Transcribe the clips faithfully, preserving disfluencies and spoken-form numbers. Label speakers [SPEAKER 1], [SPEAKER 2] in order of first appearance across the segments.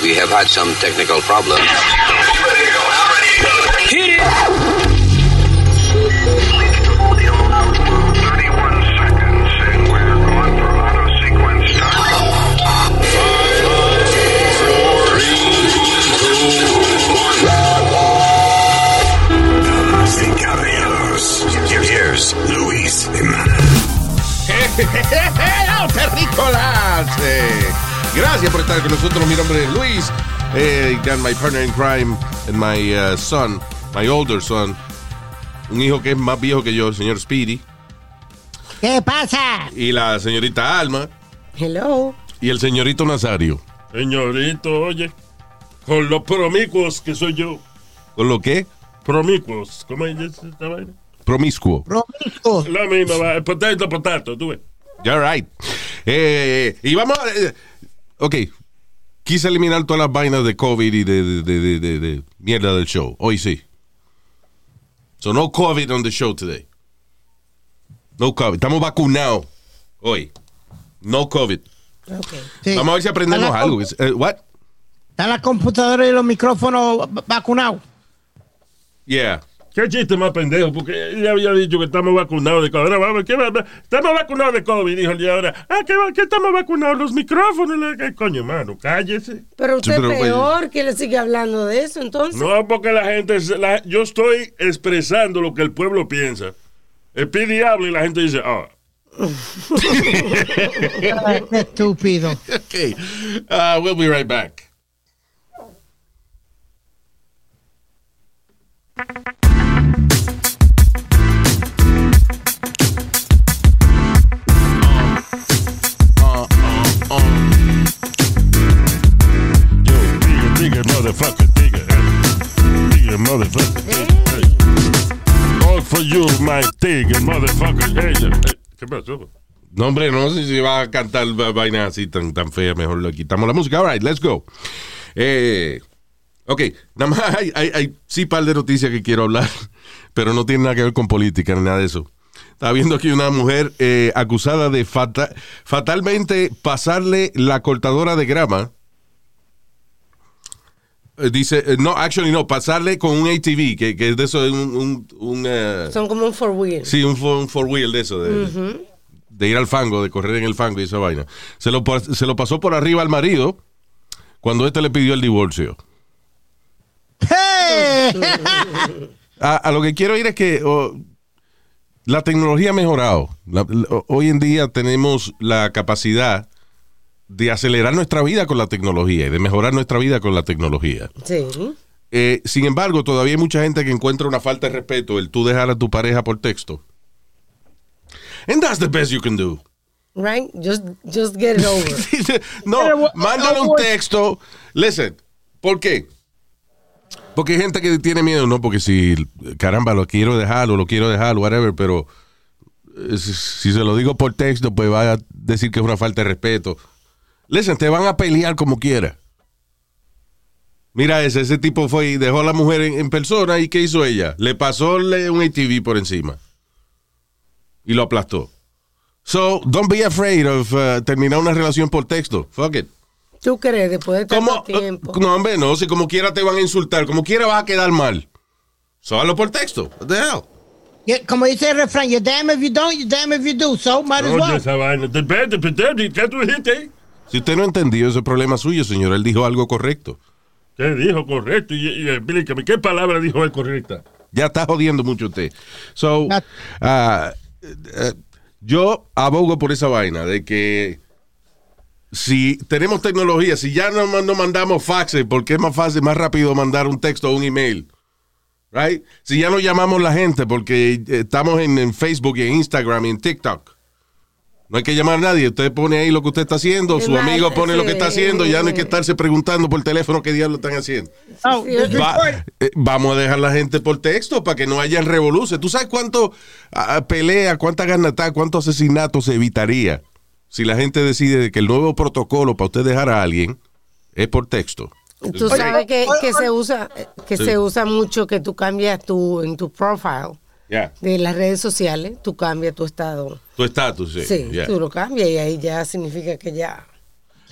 [SPEAKER 1] We have had some technical problems. Hit it!
[SPEAKER 2] Luis Jiménez. ¡Terrícolas! Eh, gracias por estar con nosotros. Mi nombre es Luis. Eh, got my partner in crime and my uh, son, my older son. Un hijo que es más viejo que yo, el señor Speedy.
[SPEAKER 3] ¿Qué pasa?
[SPEAKER 2] Y la señorita Alma.
[SPEAKER 3] Hello.
[SPEAKER 2] Y el señorito Nazario.
[SPEAKER 4] Señorito, oye, con los promiscuos que soy yo.
[SPEAKER 2] ¿Con lo qué?
[SPEAKER 4] Promiscuos. ¿Cómo es esta vaina?
[SPEAKER 2] Promiscuo.
[SPEAKER 3] Promiscuo.
[SPEAKER 4] La misma, va. Potato, potato, tú ves.
[SPEAKER 2] You're right. Eh, y vamos a... Eh, ok. Quise eliminar todas las vainas de COVID y de, de, de, de, de mierda del show. Hoy sí. So no COVID on the show today. No COVID. Estamos vacunados hoy. No COVID.
[SPEAKER 3] Okay. Sí.
[SPEAKER 2] Vamos a ver si aprendemos
[SPEAKER 3] ¿Está
[SPEAKER 2] algo. Uh, what?
[SPEAKER 3] ¿Están las computadoras y los micrófonos vacunados?
[SPEAKER 2] Yeah.
[SPEAKER 4] ¿Qué chiste más pendejo? Porque él había dicho que estamos vacunados de COVID. Ahora vamos, ¿qué va? Estamos vacunados de COVID, dijo el día ahora. Ah, ¿qué, ¿qué estamos vacunados? Los micrófonos. ¿Qué coño, mano? Cállese.
[SPEAKER 5] Pero usted
[SPEAKER 2] Sí, pero,
[SPEAKER 5] es peor que le sigue hablando de eso, entonces.
[SPEAKER 4] No, porque la gente... La, yo estoy expresando lo que el pueblo piensa. El pide habla y la gente dice, ah.
[SPEAKER 3] Qué estúpido.
[SPEAKER 2] Okay. Uh, we'll be right back.
[SPEAKER 4] Motherfucker, digger, digger, motherfucker. Hey. All for you, my digger, mother-fucker. Hey, ¿qué pasó?
[SPEAKER 2] No, hombre, no sé si va a cantar vainas así tan, tan feas. Mejor le quitamos la música. All right, let's go. Eh, ok, nada más hay, hay, hay sí par de noticias que quiero hablar, pero no tiene nada que ver con política ni nada de eso. Estaba viendo aquí una mujer eh, acusada de fata, fatalmente pasarle la cortadora de grama. Dice, no, actually no, pasarle con un A T V, que, que es de eso, un... un, un uh,
[SPEAKER 5] son como un four-wheel.
[SPEAKER 2] Sí, un, un four-wheel de eso, de, uh-huh. de ir al fango, de correr en el fango y esa vaina. Se lo, se lo pasó por arriba al marido cuando este le pidió el divorcio.
[SPEAKER 3] ¡Hey!
[SPEAKER 2] a, a lo que quiero ir es que oh, la tecnología ha mejorado. La, la, hoy en día tenemos la capacidad de acelerar nuestra vida con la tecnología y de mejorar nuestra vida con la tecnología.
[SPEAKER 5] Sí.
[SPEAKER 2] Eh, sin embargo, todavía hay mucha gente que encuentra una falta de respeto el tú dejar a tu pareja por texto. And that's the best you can do.
[SPEAKER 5] Right? Just, just get it over.
[SPEAKER 2] No, mándale un texto. Listen, ¿por qué? Porque hay gente que tiene miedo, ¿no? Porque si, caramba, lo quiero dejar o lo quiero dejar, whatever, pero eh, si, si se lo digo por texto, pues va a decir que es una falta de respeto. Listen, te van a pelear como quiera. Mira ese, ese tipo fue y dejó a la mujer en, en persona y ¿qué hizo ella? Le pasó un A T V por encima y lo aplastó. So, don't be afraid of uh, terminar una relación por texto. Fuck it.
[SPEAKER 5] ¿Tú crees después de tanto tiempo?
[SPEAKER 2] Uh, no, hombre, no, si como quiera te van a insultar, como quiera vas a quedar mal. So, hazlo por texto. What the hell?
[SPEAKER 3] Yeah, como dice el refrán, you're damn if you don't, you're damn if you do, so might as well.
[SPEAKER 4] Oye, esa vaina. Depende, depende. ¿Qué tú dijiste?
[SPEAKER 2] Si usted no entendió, ese problema suyo, señor. Él dijo algo correcto.
[SPEAKER 4] ¿Qué dijo correcto? Y, y explícame, ¿qué palabra dijo él correcta?
[SPEAKER 2] Ya está jodiendo mucho usted. So, uh, uh, yo abogo por esa vaina de que si tenemos tecnología, si ya no, no mandamos faxes, porque es más fácil, más rápido mandar un texto o un email. Right? Si ya no llamamos la gente porque estamos en, en Facebook y en Instagram y en TikTok. No hay que llamar a nadie. Usted pone ahí lo que usted está haciendo, su amigo pone lo que está haciendo, ya no hay que estarse preguntando por teléfono qué diablo están haciendo.
[SPEAKER 3] Oh,
[SPEAKER 2] Va, eh, vamos a dejar a la gente por texto para que no haya revoluciones. ¿Tú sabes cuánto uh, pelea, cuánta ganata, cuántos asesinatos se evitaría si la gente decide que el nuevo protocolo para usted dejar a alguien es por texto?
[SPEAKER 5] Tú sabes que, que se usa que sí. se usa mucho que tú cambias tu en tu profile
[SPEAKER 2] yeah.
[SPEAKER 5] de las redes sociales, tú cambias tu estado.
[SPEAKER 2] Tu estatus, sí.
[SPEAKER 5] Sí,
[SPEAKER 2] yeah.
[SPEAKER 5] tú lo cambias y ahí ya significa que ya.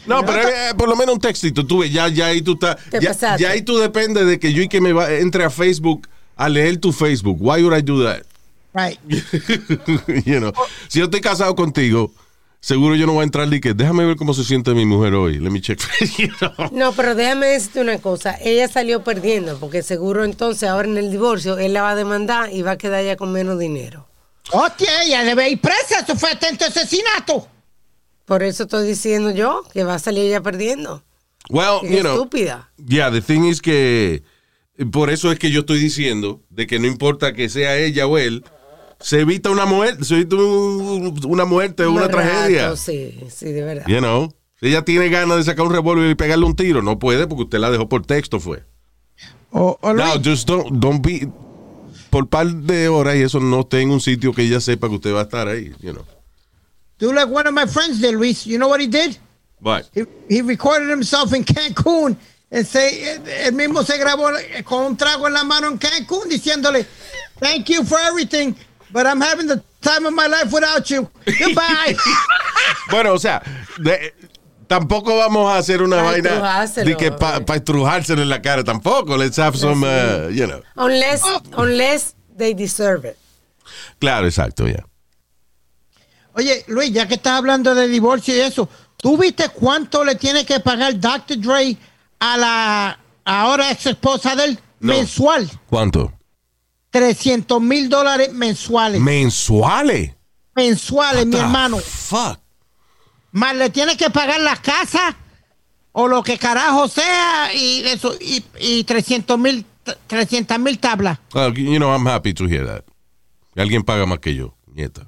[SPEAKER 2] No, pero eh, por lo menos un textito. Tú ves, ya, ya ahí tú estás.
[SPEAKER 5] Te
[SPEAKER 2] Ya,
[SPEAKER 5] pasaste.
[SPEAKER 2] ya ahí tú dependes de que yo y que me va, entre a Facebook a leer tu Facebook. Why would I do that?
[SPEAKER 3] Right.
[SPEAKER 2] You know, si yo estoy casado contigo, seguro yo no voy a entrar y que déjame ver cómo se siente mi mujer hoy. Let me check. You know?
[SPEAKER 5] No, pero déjame decirte una cosa. Ella salió perdiendo porque seguro entonces ahora en el divorcio él la va a demandar y va a quedar ya con menos dinero.
[SPEAKER 3] Hostia, ella debe ir presa. Eso fue atento asesinato.
[SPEAKER 5] Por eso estoy diciendo yo que va a salir ella perdiendo.
[SPEAKER 2] Well,
[SPEAKER 5] Qué
[SPEAKER 2] you know.
[SPEAKER 5] estúpida.
[SPEAKER 2] Yeah, the thing is que por eso es que yo estoy diciendo de que no importa que sea ella o él, se evita una muerte, se evita un- una muerte o una
[SPEAKER 5] Más rato,
[SPEAKER 2] tragedia.
[SPEAKER 5] Sí, sí, de verdad.
[SPEAKER 2] You know, si ella tiene ganas de sacar un revólver y pegarle un tiro, no puede porque usted la dejó por texto, fue.
[SPEAKER 3] O, o
[SPEAKER 2] No,
[SPEAKER 3] Luis,
[SPEAKER 2] just don't, don't be, por par de horas y eso no esté en un sitio que ella sepa que usted va a estar ahí, you know.
[SPEAKER 3] do like one of my friends did, Luis. You know what he did?
[SPEAKER 2] But,
[SPEAKER 3] He, he recorded himself in Cancún and say, él mismo se grabó con un trago en la mano en Cancún diciéndole, thank you for everything, but I'm having the time of my life without you. Goodbye.
[SPEAKER 2] bueno, o sea, de- tampoco vamos a hacer una
[SPEAKER 5] Pa'
[SPEAKER 2] vaina
[SPEAKER 5] estrujárselo.
[SPEAKER 2] de que para pa estrujárselo en la cara tampoco. Let's have some, uh, you know.
[SPEAKER 5] Unless, unless they deserve it.
[SPEAKER 2] Claro, exacto, ya.
[SPEAKER 3] Oye, Luis, ya que estás hablando de divorcio y eso, ¿tú viste cuánto le tiene que pagar doctor Dre a la ahora ex esposa de él
[SPEAKER 2] No.
[SPEAKER 3] mensual?
[SPEAKER 2] ¿Cuánto?
[SPEAKER 3] trescientos mil dólares mensuales.
[SPEAKER 2] Mensuales.
[SPEAKER 3] mensuales, mi
[SPEAKER 2] The
[SPEAKER 3] hermano.
[SPEAKER 2] Fuck.
[SPEAKER 3] Más le tiene que pagar la casa o lo que carajo sea y eso y, y trescientos mil trescientas mil tablas.
[SPEAKER 2] Well, you know, I'm happy to hear that. Alguien paga más que yo, nieta.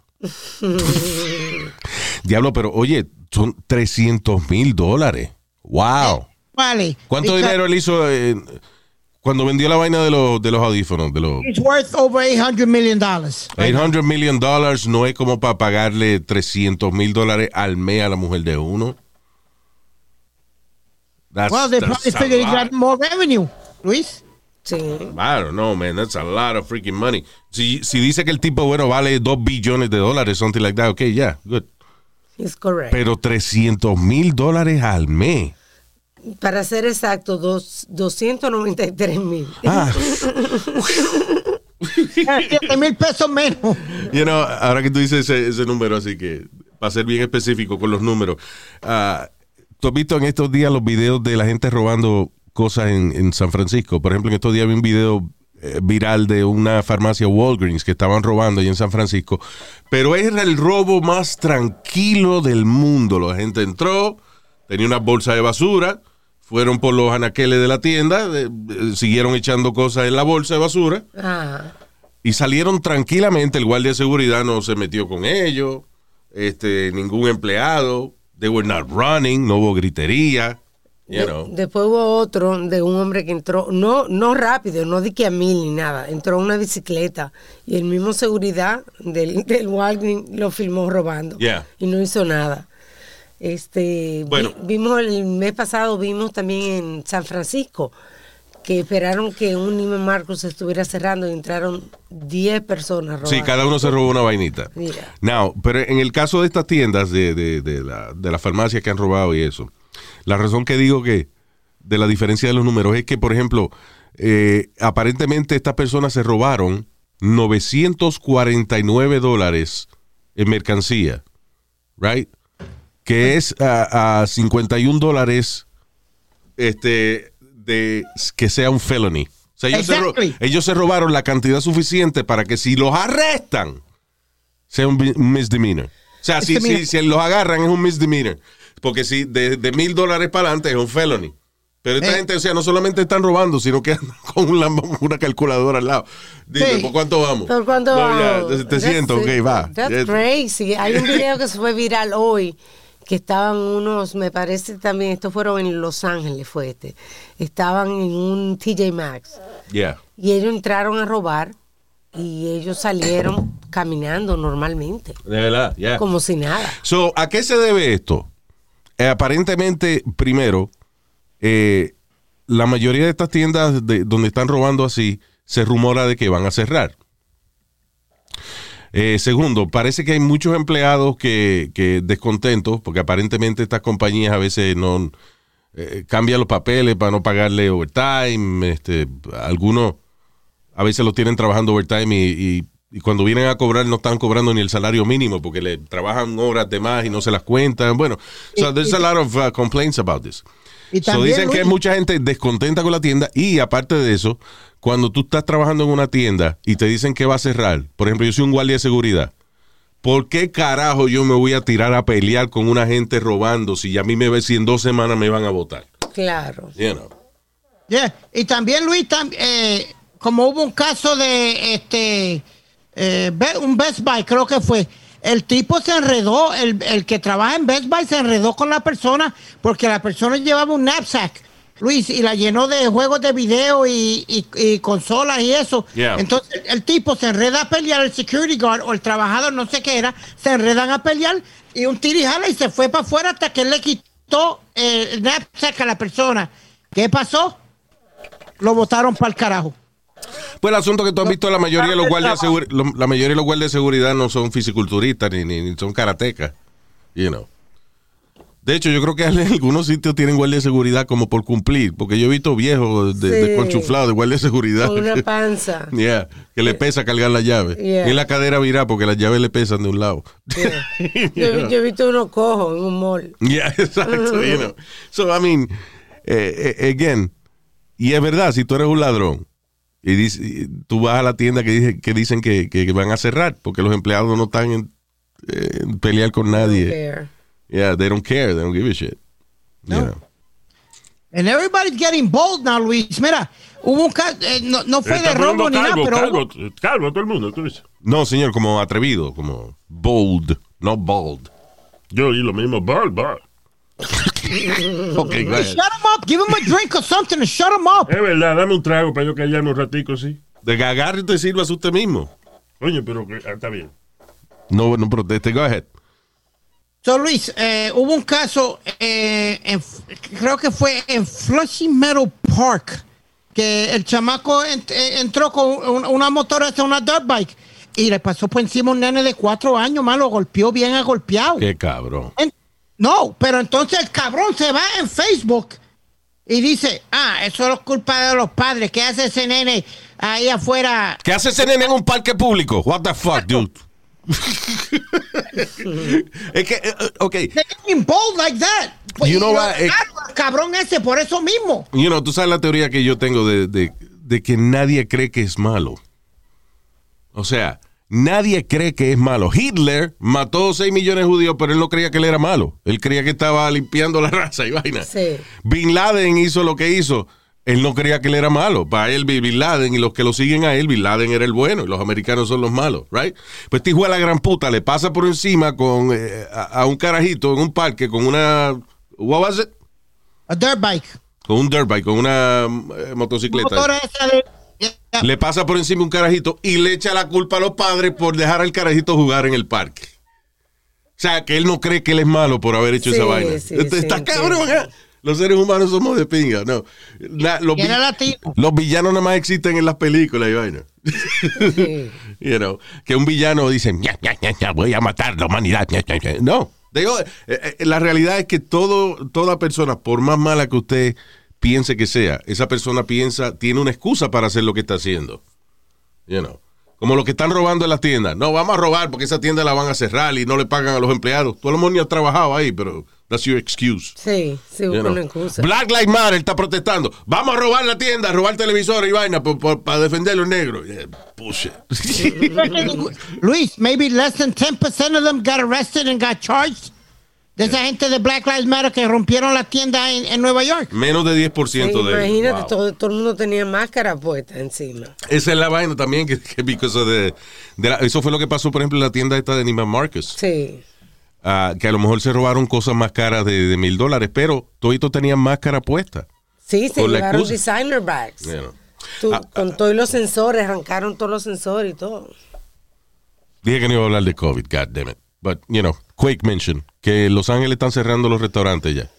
[SPEAKER 2] Diablo, pero oye, son trescientos mil dólares. Wow.
[SPEAKER 3] Vale.
[SPEAKER 2] ¿Cuánto
[SPEAKER 3] Because
[SPEAKER 2] dinero él hizo eh, cuando vendió la vaina de los, de los audífonos? De los
[SPEAKER 3] It's worth over eight hundred million dollars.
[SPEAKER 2] ochocientos million dollars no es como para pagarle trescientos mil dólares al mes a la mujer de uno. That's,
[SPEAKER 3] Well, they
[SPEAKER 2] that's
[SPEAKER 3] probably
[SPEAKER 2] a
[SPEAKER 3] figured he
[SPEAKER 2] lot.
[SPEAKER 3] got more revenue, Luis.
[SPEAKER 5] Sí.
[SPEAKER 2] I don't know, man. That's a lot of freaking money. Si, si dice que el tipo, bueno, vale dos billones de dólares, something like that, okay, yeah, good.
[SPEAKER 5] It's correct.
[SPEAKER 2] Pero trescientos mil dólares al mes.
[SPEAKER 5] Para ser exacto, dos, doscientos noventa y tres mil.
[SPEAKER 2] Ah,
[SPEAKER 3] siete mil pesos menos.
[SPEAKER 2] you know, ahora que tú dices ese, ese número, así que, para ser bien específico con los números, ah, ¿tú has visto en estos días los videos de la gente robando cosas en, en San Francisco? Por ejemplo, en estos días vi un video eh, viral de una farmacia Walgreens que estaban robando ahí en San Francisco, pero era el robo más tranquilo del mundo. La gente entró, tenía una bolsa de basura, fueron por los anaqueles de la tienda, eh, eh, siguieron echando cosas en la bolsa de basura
[SPEAKER 5] Ah,
[SPEAKER 2] y salieron tranquilamente. El guardia de seguridad no se metió con ellos, este, ningún empleado. They were not running, no hubo gritería. You
[SPEAKER 5] de-
[SPEAKER 2] know.
[SPEAKER 5] después hubo otro de un hombre que entró, no, no rápido, no di que a mil ni nada, entró en una bicicleta y el mismo seguridad del, del Walgreens lo filmó robando.
[SPEAKER 2] Yeah.
[SPEAKER 5] Y no hizo nada. Este,
[SPEAKER 2] Bueno.
[SPEAKER 5] vi- vimos el mes pasado, vimos también en San Francisco que esperaron que un Neiman Marcus estuviera cerrando y entraron diez personas robando.
[SPEAKER 2] Sí, cada uno se robó una vainita.
[SPEAKER 5] Mira.
[SPEAKER 2] Now, pero en el caso de estas tiendas de, de, de la, de la farmacia que han robado y eso, la razón que digo que de la diferencia de los números es que, por ejemplo, eh, aparentemente estas personas se robaron novecientos cuarenta y nueve dólares en mercancía, right? Que es a, a cincuenta y un dólares este, de que sea un felony. O sea, ellos, se ro-
[SPEAKER 3] Exactly.
[SPEAKER 2] ellos se robaron la cantidad suficiente para que si los arrestan, sea un, bi- un misdemeanor. O sea, si, si,
[SPEAKER 3] Misdemeanor.
[SPEAKER 2] si los agarran es un misdemeanor. Porque si de, de mil dólares para adelante es un felony. Pero esta
[SPEAKER 3] Eh.
[SPEAKER 2] gente, o sea, no solamente están robando, sino que andan con una, una calculadora al lado. Dime,
[SPEAKER 3] Sí.
[SPEAKER 2] ¿por cuánto vamos?
[SPEAKER 5] ¿Por cuánto
[SPEAKER 2] No,
[SPEAKER 5] vamos?
[SPEAKER 2] ya, setecientos,
[SPEAKER 5] That's-
[SPEAKER 2] ok, va.
[SPEAKER 5] That's
[SPEAKER 2] Ya-
[SPEAKER 5] crazy. Hay un video que se fue viral hoy que estaban unos, me parece también, estos fueron en Los Ángeles, fue este. Estaban en un T J Maxx
[SPEAKER 2] Yeah.
[SPEAKER 5] y ellos entraron a robar y ellos salieron caminando normalmente,
[SPEAKER 2] De verdad, ya.
[SPEAKER 5] como si nada.
[SPEAKER 2] So, ¿a qué se debe esto? Eh, aparentemente, primero, eh, la mayoría de estas tiendas de, donde están robando así, se rumora de que van a cerrar. Eh, segundo, parece que hay muchos empleados que, que descontentos, porque aparentemente estas compañías a veces no eh, cambian los papeles para no pagarle overtime. Este, algunos a veces los tienen trabajando overtime y, y, y cuando vienen a cobrar no están cobrando ni el salario mínimo porque le trabajan horas de más y no se las cuentan. Bueno, so
[SPEAKER 3] y,
[SPEAKER 2] there's
[SPEAKER 3] y,
[SPEAKER 2] a lot of uh, complaints about this.
[SPEAKER 3] Y también,
[SPEAKER 2] so dicen
[SPEAKER 3] Luis,
[SPEAKER 2] que hay mucha gente descontenta con la tienda y aparte de eso, cuando tú estás trabajando en una tienda y te dicen que va a cerrar, por ejemplo, yo soy un guardia de seguridad, ¿por qué carajo yo me voy a tirar a pelear con una gente robando si a mí me si en dos semanas me van a votar?
[SPEAKER 5] Claro.
[SPEAKER 2] You know.
[SPEAKER 3] Yeah. Y también, Luis, tam, eh, como hubo un caso de este eh, un Best Buy, creo que fue, el tipo se enredó, el, el que trabaja en Best Buy se enredó con la persona porque la persona llevaba un knapsack, Luis, y la llenó de juegos de video y, y, y consolas y eso.
[SPEAKER 2] Yeah.
[SPEAKER 3] Entonces el tipo se enreda a pelear, el security guard o el trabajador, no sé qué era, se enredan a pelear y un tirijala y se fue para afuera hasta que él le quitó el knapsack a la persona. ¿Qué pasó? Lo botaron para el carajo.
[SPEAKER 2] Pues el asunto que tú has visto, la mayoría de los guardias de seguri- la mayoría de los guardias de seguridad no son fisiculturistas ni, ni, ni son karatecas, you know. De hecho, yo creo que en algunos sitios tienen guardia de seguridad como por cumplir, porque yo he visto viejos de,
[SPEAKER 5] Sí.
[SPEAKER 2] de conchuflados de guardia de seguridad.
[SPEAKER 5] Con una panza.
[SPEAKER 2] Yeah, que le pesa cargar la llave.
[SPEAKER 5] Yeah.
[SPEAKER 2] Y la cadera virá porque las llaves le pesan de un lado.
[SPEAKER 5] Yeah. Yo, yo he visto unos cojos en un mall.
[SPEAKER 2] Yeah, exacto, you know. So, I mean, eh, eh, again, y es verdad, si tú eres un ladrón y, dice, y tú vas a la tienda que, dice, que dicen que, que van a cerrar porque los empleados no están en, eh, en pelear con nadie.
[SPEAKER 5] Care.
[SPEAKER 2] Yeah, they don't care, they don't give a shit.
[SPEAKER 3] No.
[SPEAKER 2] You know.
[SPEAKER 3] And everybody's getting bold now, Luis. Mira, hubo un caso, eh, no, no fue
[SPEAKER 4] Está
[SPEAKER 3] de robo ni nada,
[SPEAKER 4] calvo,
[SPEAKER 3] pero
[SPEAKER 4] calvo,
[SPEAKER 3] hubo-
[SPEAKER 4] calvo, todo el mundo, tú dices.
[SPEAKER 2] No, señor, como atrevido, como bold, no bold.
[SPEAKER 4] Yo y lo mismo, ball, ball.
[SPEAKER 2] Okay, go ahead.
[SPEAKER 3] shut him up, give him a drink or something and shut him up.
[SPEAKER 4] Es verdad, dame un trago para yo callarme un ratico, sí.
[SPEAKER 2] De cagar y te sirvas usted mismo.
[SPEAKER 4] Oye, pero que, ah, está bien.
[SPEAKER 2] No, no proteste, go ahead.
[SPEAKER 3] So, Luis, eh, hubo un caso, eh, en, creo que fue en Flushing Meadow Park, que el chamaco ent, eh, entró con una, una motora, una dirt bike, y le pasó por encima un nene de cuatro años, más lo golpeó bien agolpeado.
[SPEAKER 2] Qué cabrón.
[SPEAKER 3] En- no, pero entonces el cabrón se va en Facebook y dice, ah, eso es culpa de los padres. ¿Qué hace ese nene ahí afuera?
[SPEAKER 2] ¿Qué hace ese nene en un parque público? What the fuck, dude? Es que, uh, ok,
[SPEAKER 3] They're getting bold like that.
[SPEAKER 2] You know
[SPEAKER 3] Y lo
[SPEAKER 2] what, eh,
[SPEAKER 3] agarran al cabrón ese por eso mismo.
[SPEAKER 2] you know, tú sabes la teoría que yo tengo de, de, de que nadie cree que es malo. O sea, nadie cree que es malo. Hitler mató seis millones de judíos, pero él no creía que él era malo. Él creía que estaba limpiando la raza y vaina.
[SPEAKER 5] Sí.
[SPEAKER 2] Bin Laden hizo lo que hizo. Él no creía que él era malo. Para él, Bin Laden y los que lo siguen a él, Bin Laden era el bueno y los americanos son los malos, right? Pues este hijo de la gran puta le pasa por encima con eh, a, a un carajito en un parque con una, what was it?
[SPEAKER 3] A dirt bike.
[SPEAKER 2] Con un dirt bike, con una eh, motocicleta.
[SPEAKER 3] Motora esa de- yeah.
[SPEAKER 2] Le pasa por encima un carajito y le echa la culpa a los padres por dejar al carajito jugar en el parque. O sea, que él no cree que él es malo por haber hecho
[SPEAKER 5] Sí,
[SPEAKER 2] esa vaina.
[SPEAKER 5] sí,
[SPEAKER 2] Está
[SPEAKER 5] sí,
[SPEAKER 2] cabrón,
[SPEAKER 5] entiendo.
[SPEAKER 2] ¿eh? Los seres humanos somos de pinga, no. La- los,
[SPEAKER 3] Y era
[SPEAKER 2] vi-
[SPEAKER 3] latino.
[SPEAKER 2] los villanos nada más existen en las películas y vaina.
[SPEAKER 5] Sí.
[SPEAKER 2] You know, que un villano dice, "Ña, ña, ña, ña, voy a matar la humanidad. Ña, ña, ña". No, digo, eh, eh, la realidad es que todo, toda persona, por más mala que usted piense que sea, esa persona piensa, tiene una excusa para hacer lo que está haciendo. You know. Como los que están robando en las tiendas. No, vamos a robar porque esa tienda la van a cerrar y no le pagan a los empleados. Tú a lo mejor ni has trabajado ahí, pero that's your excuse.
[SPEAKER 5] Sí, sí,
[SPEAKER 2] You
[SPEAKER 5] busca
[SPEAKER 2] know.
[SPEAKER 5] una excusa.
[SPEAKER 2] Black Lives Matter está protestando. Vamos a robar la tienda, a robar televisores y vaina para defender a los negros. Yeah, bullshit.
[SPEAKER 3] Luis, maybe less than ten percent of them got arrested and got charged. De esa gente de Black Lives Matter que rompieron la tienda en, en Nueva York.
[SPEAKER 2] Menos de diez por
[SPEAKER 5] Sí,
[SPEAKER 2] ciento de
[SPEAKER 5] imagínate,
[SPEAKER 2] wow.
[SPEAKER 5] todo, todo el mundo tenía máscara puesta encima.
[SPEAKER 2] Esa es la vaina también, que, que because of the- de la- eso fue lo que pasó, por ejemplo, en la tienda esta de Neiman Marcus.
[SPEAKER 5] Sí.
[SPEAKER 2] Ah, que a lo mejor se robaron cosas más caras de, de mil dólares, pero toditos tenían máscara puesta.
[SPEAKER 5] Sí, se
[SPEAKER 2] Por la
[SPEAKER 5] llevaron
[SPEAKER 2] excusa.
[SPEAKER 5] designer bags.
[SPEAKER 2] You know.
[SPEAKER 5] Tú-
[SPEAKER 2] Ah,
[SPEAKER 5] con todos los sensores, arrancaron todos los sensores y todo.
[SPEAKER 2] Dije que no iba a hablar de COVID, god damn it. But, you know, quick mention, que Los Ángeles están cerrando los restaurantes ya.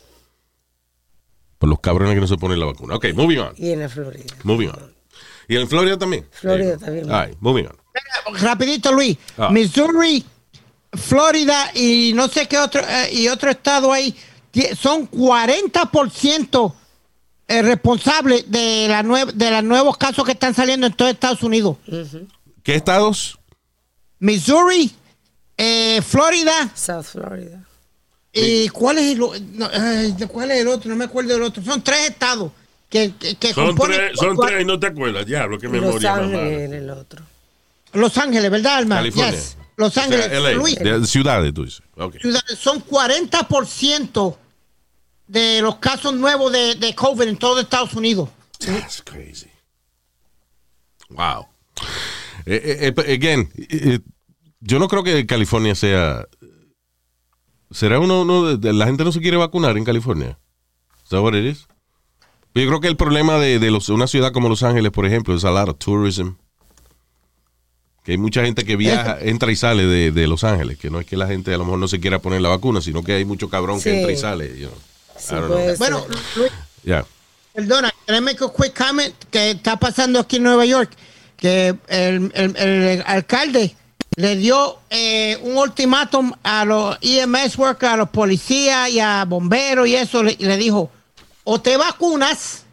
[SPEAKER 2] Por los cabrones que no se ponen la vacuna. Ok, moving on.
[SPEAKER 5] Y en la Florida.
[SPEAKER 2] Moving on. Y en Florida también.
[SPEAKER 5] Florida
[SPEAKER 2] There you go.
[SPEAKER 5] también.
[SPEAKER 2] All right, moving on.
[SPEAKER 3] Rapidito, Luis.
[SPEAKER 2] Ah.
[SPEAKER 3] Missouri, Florida y no sé qué otro eh, y otro estado ahí tie- son cuarenta por ciento eh, responsables de la nue- de los nuevos casos que están saliendo en todo Estados Unidos.
[SPEAKER 2] ¿Qué estados?
[SPEAKER 3] Missouri, eh, Florida
[SPEAKER 5] South Florida.
[SPEAKER 3] y ¿cuál es el o- no, ay, ¿cuál es el otro? No me acuerdo del otro. Son tres estados que, que, que
[SPEAKER 4] Son
[SPEAKER 3] componen
[SPEAKER 4] tres, son tres y no te acuerdas. Diablo, qué
[SPEAKER 5] Los
[SPEAKER 4] memoria más
[SPEAKER 5] Ángeles
[SPEAKER 4] mala.
[SPEAKER 5] era el otro.
[SPEAKER 3] Los Ángeles, ¿verdad, Alma?
[SPEAKER 2] California.
[SPEAKER 3] Yes. Los
[SPEAKER 2] O sea,
[SPEAKER 3] Ángeles,
[SPEAKER 2] L A,
[SPEAKER 3] Luis.
[SPEAKER 2] de ciudades, tú dices. Okay.
[SPEAKER 3] ciudades, son cuarenta por ciento de los casos nuevos de, de COVID en todo Estados Unidos.
[SPEAKER 2] That's crazy. Wow. Eh, eh, eh, again, eh, eh, yo no creo que California sea. ¿Será uno, uno de, de- la gente no se quiere vacunar en California? ¿Es that what it is? Yo creo que el problema de, de los, una ciudad como Los Ángeles, por ejemplo, es a lot of tourism. Que hay mucha gente que viaja, entra y sale de, de Los Ángeles. Que no es que la gente a lo mejor no se quiera poner la vacuna, sino que hay mucho cabrón
[SPEAKER 5] Sí.
[SPEAKER 2] que entra y sale. You know.
[SPEAKER 5] Sí,
[SPEAKER 2] I don't
[SPEAKER 5] puede
[SPEAKER 2] know.
[SPEAKER 3] Bueno,
[SPEAKER 5] ser.
[SPEAKER 3] Luis,
[SPEAKER 2] Yeah.
[SPEAKER 3] perdona, can I make a quick comment que está pasando aquí en Nueva York? Que el, el- el alcalde le dio eh, un ultimátum a los E M S workers, a los policías y a bomberos y eso, le, y le dijo, o te vacunas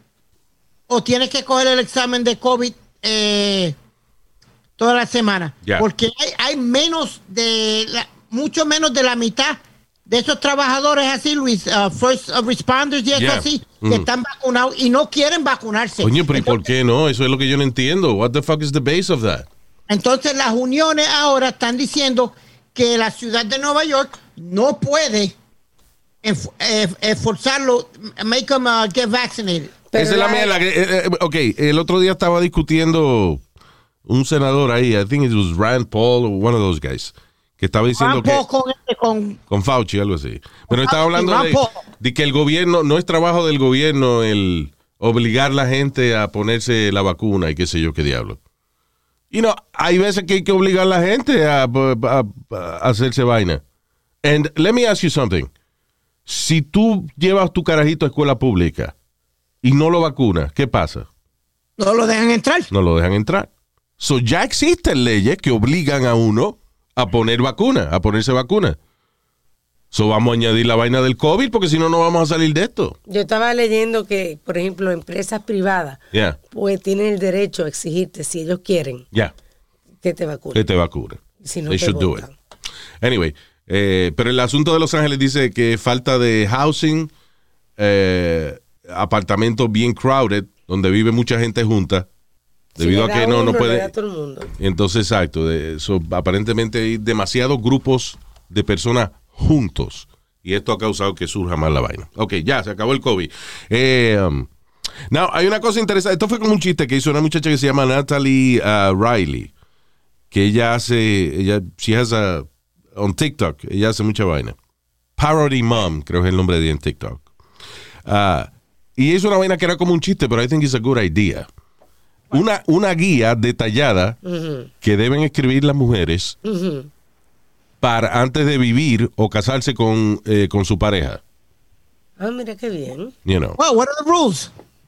[SPEAKER 3] o tienes que coger el examen de COVID eh, toda la semana.
[SPEAKER 2] Ya.
[SPEAKER 3] Porque hay, hay menos de, la- mucho menos de la mitad de esos trabajadores así, Luis, uh, first responders y eso
[SPEAKER 2] Yeah.
[SPEAKER 3] así,
[SPEAKER 2] Mm.
[SPEAKER 3] que están vacunados y no quieren vacunarse.
[SPEAKER 2] Coño, pero ¿y por
[SPEAKER 3] Entonces-
[SPEAKER 2] qué no? Eso es lo que yo no entiendo. What the fuck is the base of that?
[SPEAKER 3] Entonces las uniones ahora están diciendo que la ciudad de Nueva York no puede enf- eh, eh, forzarlo, make them uh, get vaccinated.
[SPEAKER 5] Pero
[SPEAKER 2] Esa es la
[SPEAKER 5] la-
[SPEAKER 2] mierda. que, eh, eh, ok, el otro día estaba discutiendo un senador ahí, I think it was Rand Paul, one of those guys, que estaba diciendo
[SPEAKER 3] Rand
[SPEAKER 2] que...
[SPEAKER 3] Paul con, este, con
[SPEAKER 2] Con Fauci, algo así. Pero estaba
[SPEAKER 3] Fauci,
[SPEAKER 2] hablando
[SPEAKER 3] Rand
[SPEAKER 2] de,
[SPEAKER 3] Paul.
[SPEAKER 2] de que el gobierno, no es trabajo del gobierno el obligar a la gente a ponerse la vacuna y qué sé yo qué diablo. Y no, hay veces que hay que obligar a la gente a, a- a hacerse vaina. And let me ask you something. Si tú llevas tu carajito a escuela pública y no lo vacunas, ¿qué pasa?
[SPEAKER 3] no lo dejan entrar.
[SPEAKER 2] No lo dejan entrar. So ya existen leyes que obligan a uno a poner vacuna, a ponerse vacuna. So vamos a añadir la vaina del COVID porque si no, no vamos a salir de esto.
[SPEAKER 5] Yo estaba leyendo que, por ejemplo, empresas privadas
[SPEAKER 2] Ya,
[SPEAKER 5] pues tienen el derecho a exigirte, si ellos quieren,
[SPEAKER 2] ya,
[SPEAKER 5] que te
[SPEAKER 2] que
[SPEAKER 5] vacunen.
[SPEAKER 2] te vacunen.
[SPEAKER 5] Si no
[SPEAKER 2] They
[SPEAKER 5] te
[SPEAKER 2] should do it.
[SPEAKER 5] votan.
[SPEAKER 2] Anyway, eh, pero el asunto de Los Ángeles dice que falta de housing, eh, apartamentos bien crowded, donde vive mucha gente junta, debido
[SPEAKER 5] Si
[SPEAKER 2] a
[SPEAKER 5] le
[SPEAKER 2] que
[SPEAKER 5] da
[SPEAKER 2] no,
[SPEAKER 5] uno,
[SPEAKER 2] no
[SPEAKER 5] le da
[SPEAKER 2] puede...
[SPEAKER 5] a todo el mundo.
[SPEAKER 2] Entonces, exacto, de eso, aparentemente hay demasiados grupos de personas juntos y esto ha causado que surja más la vaina. Ok, ya, se acabó el COVID. Eh, um, now, hay una cosa interesante, esto fue como un chiste que hizo una muchacha que se llama Natalie uh, Riley, que ella hace, ella, she has a, on TikTok, ella hace mucha vaina. Parody Mom, creo que es el nombre de ella en TikTok. Uh, y es una vaina que era como un chiste, pero I think it's a good idea. Una, una guía detallada
[SPEAKER 5] Ujú,
[SPEAKER 2] que deben escribir las mujeres
[SPEAKER 5] ujú.
[SPEAKER 2] para antes de vivir o casarse con, eh, con su pareja.
[SPEAKER 5] Ah, mira qué bien.
[SPEAKER 2] You know.
[SPEAKER 3] Well, what are the rules?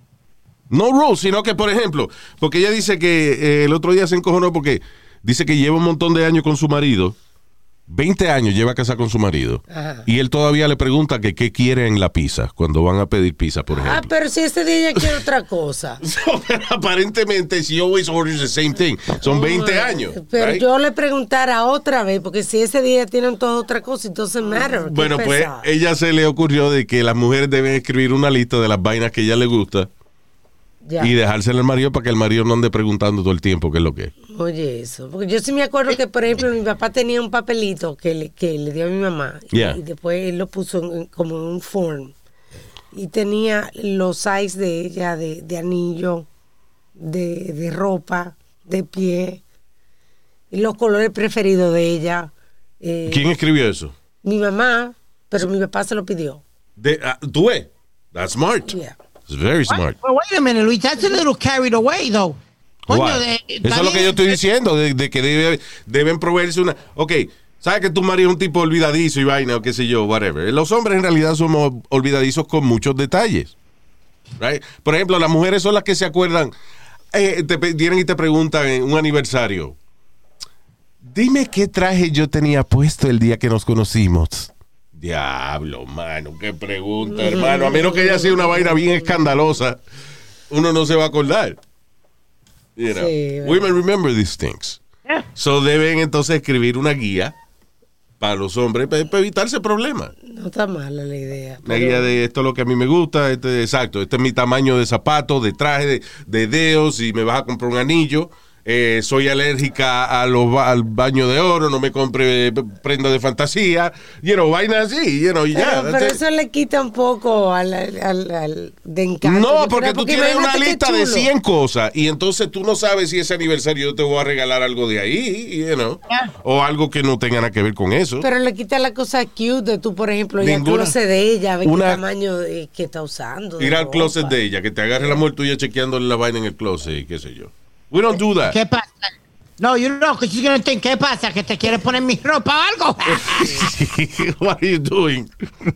[SPEAKER 2] No rules, sino que, por ejemplo, porque ella dice que eh, el otro día se encojonó porque dice que lleva un montón de años con su marido, veinte años lleva casada con su marido,
[SPEAKER 5] Ajá.
[SPEAKER 2] y él todavía le pregunta que qué quiere en la pizza cuando van a pedir pizza, por
[SPEAKER 5] Ah,
[SPEAKER 2] ejemplo.
[SPEAKER 5] pero si ese día ella quiere otra cosa.
[SPEAKER 2] So, pero aparentemente, she always orders the same thing. Son veinte años.
[SPEAKER 5] Pero
[SPEAKER 2] right?
[SPEAKER 5] yo le preguntara otra vez, porque si ese día tienen toda otra cosa, entonces matter. Qué
[SPEAKER 2] Bueno, pues
[SPEAKER 5] pesado.
[SPEAKER 2] ella se le ocurrió de que las mujeres deben escribir una lista de las vainas que a ella le gusta
[SPEAKER 5] Ya.
[SPEAKER 2] y dejársela al marido para que el marido no ande preguntando todo el tiempo qué es lo que es.
[SPEAKER 5] Oye, eso. Porque yo sí me acuerdo que, por ejemplo, mi papá tenía un papelito que le, que le dio a mi mamá. Y,
[SPEAKER 2] Yeah.
[SPEAKER 5] y después él lo puso en- en- como en un form. Y tenía los size de ella, de, de anillo, de, de ropa, de pie. Y los colores preferidos de ella. Eh,
[SPEAKER 2] ¿Quién escribió eso?
[SPEAKER 5] Mi mamá, pero mi papá se lo pidió.
[SPEAKER 2] De, ah, ¿Tú ves? That's smart.
[SPEAKER 5] Yeah.
[SPEAKER 2] It's very smart.
[SPEAKER 3] Well, wait a minute, Luis. That's a little carried away, though. Coño,
[SPEAKER 2] Why?
[SPEAKER 3] de-
[SPEAKER 2] Eso
[SPEAKER 3] está
[SPEAKER 2] es lo que
[SPEAKER 3] bien.
[SPEAKER 2] yo estoy diciendo, de, de que debe- deben proveerse una... Ok, ¿sabes que tu marido es un tipo olvidadizo y vaina o qué sé yo, whatever? Los hombres en realidad somos olvidadizos con muchos detalles. Right? Por ejemplo, las mujeres son las que se acuerdan, eh, te pe- vienen y te preguntan en un aniversario, dime qué traje yo tenía puesto el día que nos conocimos. Diablo, mano, qué pregunta, hermano. A menos que haya sido una vaina bien escandalosa, uno no se va a acordar. You know,
[SPEAKER 5] Sí,
[SPEAKER 2] women remember these things. So deben entonces escribir una guía para los hombres para, para evitarse problemas.
[SPEAKER 5] No está mala la idea.
[SPEAKER 2] Una
[SPEAKER 5] pero-
[SPEAKER 2] guía de esto es lo que a mí me gusta, este, exacto, este es mi tamaño de zapato, de traje, de, de dedos, si me vas a comprar un anillo, eh, soy alérgica a los ba- al baño de oro, no me compre prenda de fantasía, you know, vainas así, you know, y
[SPEAKER 5] Pero,
[SPEAKER 2] ya.
[SPEAKER 5] pero
[SPEAKER 2] that's it.
[SPEAKER 5] eso le quita un poco al, al, al- al- de encanto.
[SPEAKER 2] No,
[SPEAKER 5] Yo
[SPEAKER 2] porque
[SPEAKER 5] creo,
[SPEAKER 2] tú tienes una
[SPEAKER 5] imagínate qué
[SPEAKER 2] lista de
[SPEAKER 5] chulo.
[SPEAKER 2] cien cosas y entonces tú no sabes si ese aniversario yo te voy a regalar algo de ahí, you know, o algo que no tenga nada que ver con eso.
[SPEAKER 5] Pero le quita la cosa cute de tú, por ejemplo, ir al
[SPEAKER 2] Ninguna.
[SPEAKER 5] closet de ella, ver
[SPEAKER 2] Una-
[SPEAKER 5] qué tamaño de- que está usando. de
[SPEAKER 2] Ir al
[SPEAKER 5] ropa.
[SPEAKER 2] closet de ella, que te agarre la mujer tuya chequeándole la vaina en el closet y qué sé yo. We don't do that.
[SPEAKER 3] ¿Qué pasa? No, you know, because she's gonna think, ¿qué pasa? ¿Que te quieres poner mi ropa o algo?
[SPEAKER 2] What are you doing?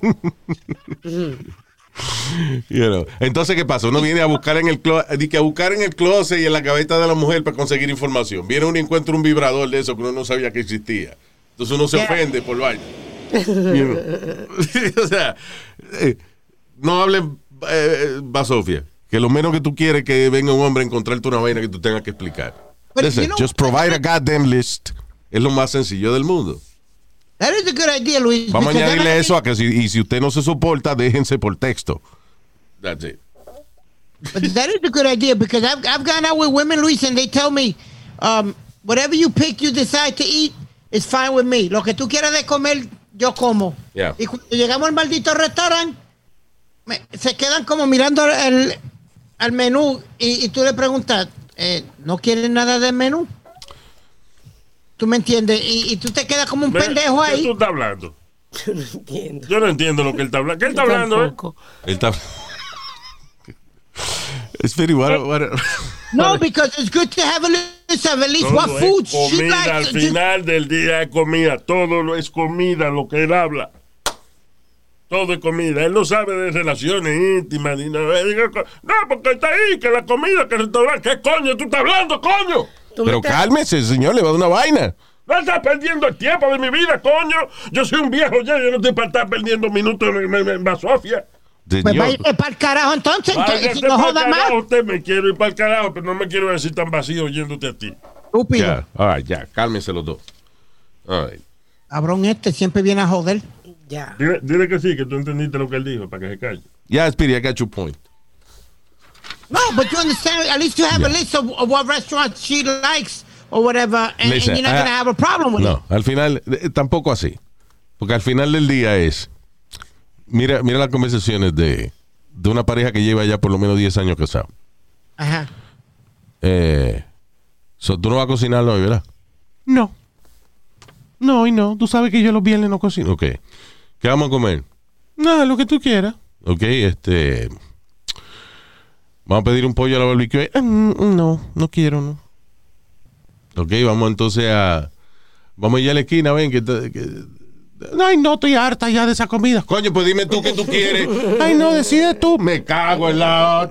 [SPEAKER 2] You know. Entonces, ¿qué pasa? Uno viene a buscar en el clo- di que a buscar en el closet y en la gaveta de la mujer para conseguir información. Viene uno y encuentra un vibrador de eso que uno no sabía que existía. Entonces uno se
[SPEAKER 3] Yeah.
[SPEAKER 2] ofende por vaina. You know. O sea, eh, no hables eh, basofia. Que lo menos que tú quieres es que venga un hombre a encontrarte una vaina que tú tengas que explicar.
[SPEAKER 3] But
[SPEAKER 2] Listen,
[SPEAKER 3] you know-
[SPEAKER 2] just provide a goddamn list. Es lo más sencillo del mundo.
[SPEAKER 3] That is a good idea, Luis.
[SPEAKER 2] Vamos a
[SPEAKER 3] because
[SPEAKER 2] añadirle
[SPEAKER 3] then I
[SPEAKER 2] eso a que si, y si usted no se soporta, déjense por texto. That's it.
[SPEAKER 3] But that is a good idea because I've I've gone out with women, Luis, and they tell me, um, whatever you pick, you decide to eat, is fine with me. Lo que tú quieras de comer, yo como.
[SPEAKER 2] Yeah.
[SPEAKER 3] Y cuando llegamos al maldito restaurante, me- se quedan como mirando el, al menú y, y tú le preguntas, eh, ¿no quieres nada del menú? ¿Tú me entiendes? Y, y tú te quedas como un
[SPEAKER 4] Ve,
[SPEAKER 3] pendejo
[SPEAKER 4] ¿qué
[SPEAKER 3] ahí.
[SPEAKER 4] tú estás hablando?
[SPEAKER 5] Yo no entiendo.
[SPEAKER 4] Yo no entiendo lo que él está hablando. ¿Qué él está
[SPEAKER 5] Yo
[SPEAKER 4] hablando, eh?
[SPEAKER 5] tampoco.
[SPEAKER 2] Él está. Speedy, what, what,
[SPEAKER 3] No, because it's good to have a list of at least
[SPEAKER 4] Todo
[SPEAKER 3] what
[SPEAKER 4] es
[SPEAKER 3] food she
[SPEAKER 4] comida, al
[SPEAKER 3] likes. Just-
[SPEAKER 4] final del día es comida. Todo lo es comida, lo que él habla. Todo es comida. Él no sabe de relaciones íntimas ni nada. Él diga, no, porque está ahí, que la comida, que el restaurante. ¿Qué coño tú estás hablando, coño?
[SPEAKER 5] Tú me
[SPEAKER 2] pero
[SPEAKER 5] estás-
[SPEAKER 2] cálmese, señor, le va a dar una vaina.
[SPEAKER 4] No estás perdiendo el tiempo de mi vida, coño. Yo soy un viejo ya, yo no estoy para estar perdiendo minutos en, en, en basofia.
[SPEAKER 3] Pues
[SPEAKER 2] Señor,
[SPEAKER 3] váyase para el carajo entonces, entonces,
[SPEAKER 4] Váyase
[SPEAKER 3] si no
[SPEAKER 4] pa'l
[SPEAKER 3] joda
[SPEAKER 4] carajo,
[SPEAKER 3] más.
[SPEAKER 4] usted me quiero ir para el carajo, pero no me quiero decir tan vacío oyéndote a ti.
[SPEAKER 3] Estúpido.
[SPEAKER 2] ya, all right, ya, cálmense los dos. All right.
[SPEAKER 3] Cabrón este siempre viene a joder.
[SPEAKER 5] Ya.
[SPEAKER 4] Dile, dile que sí, que tú entendiste lo que él dijo, para que se calle.
[SPEAKER 2] Yeah, Speedy, I got your point.
[SPEAKER 3] No, but you understand, at least you have a
[SPEAKER 2] Yeah.
[SPEAKER 3] list of, of what restaurants she likes or whatever, and,
[SPEAKER 2] Listen,
[SPEAKER 3] and you're not
[SPEAKER 2] I-
[SPEAKER 3] going to have a problem with it.
[SPEAKER 2] No, al final, eh, tampoco así. Porque al final del día es. Mira, mira las conversaciones de, de una pareja que lleva ya por lo menos diez años casado.
[SPEAKER 3] Ajá.
[SPEAKER 2] Eh, so, tú no vas a cocinarlo hoy, ¿verdad? No. No, y no. Tú sabes que yo los viernes no cocino. Ok. ¿Qué vamos a comer? Nada, lo que tú quieras. Ok, este. Vamos a pedir un pollo a la barbecue. Eh, mm, no, no quiero, no. Ok, vamos entonces a. Vamos allá a la esquina, ven, que, te- que- Ay, no, estoy harta ya de esa comida. Coño, pues dime tú qué tú quieres. Ay, no, decide tú. Me cago en la.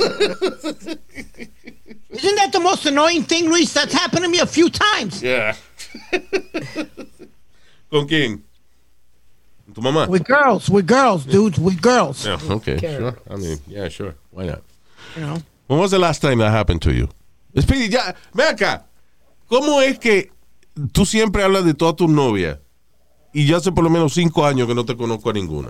[SPEAKER 3] Isn't that the most annoying thing, Luis? That's happened to me a few times.
[SPEAKER 4] Yeah.
[SPEAKER 2] ¿Con quién? ¿Tu mamá?
[SPEAKER 3] With girls, with girls, dudes, with girls.
[SPEAKER 2] Yeah, okay,
[SPEAKER 5] Okay.
[SPEAKER 2] sure. I mean, yeah, sure. Why not?
[SPEAKER 3] You know.
[SPEAKER 2] When was the last time that happened to you? Speedy, ya, ven acá. ¿Cómo es que tú siempre hablas de todas tus novias y yo hace por lo menos cinco años que no te conozco a ninguna?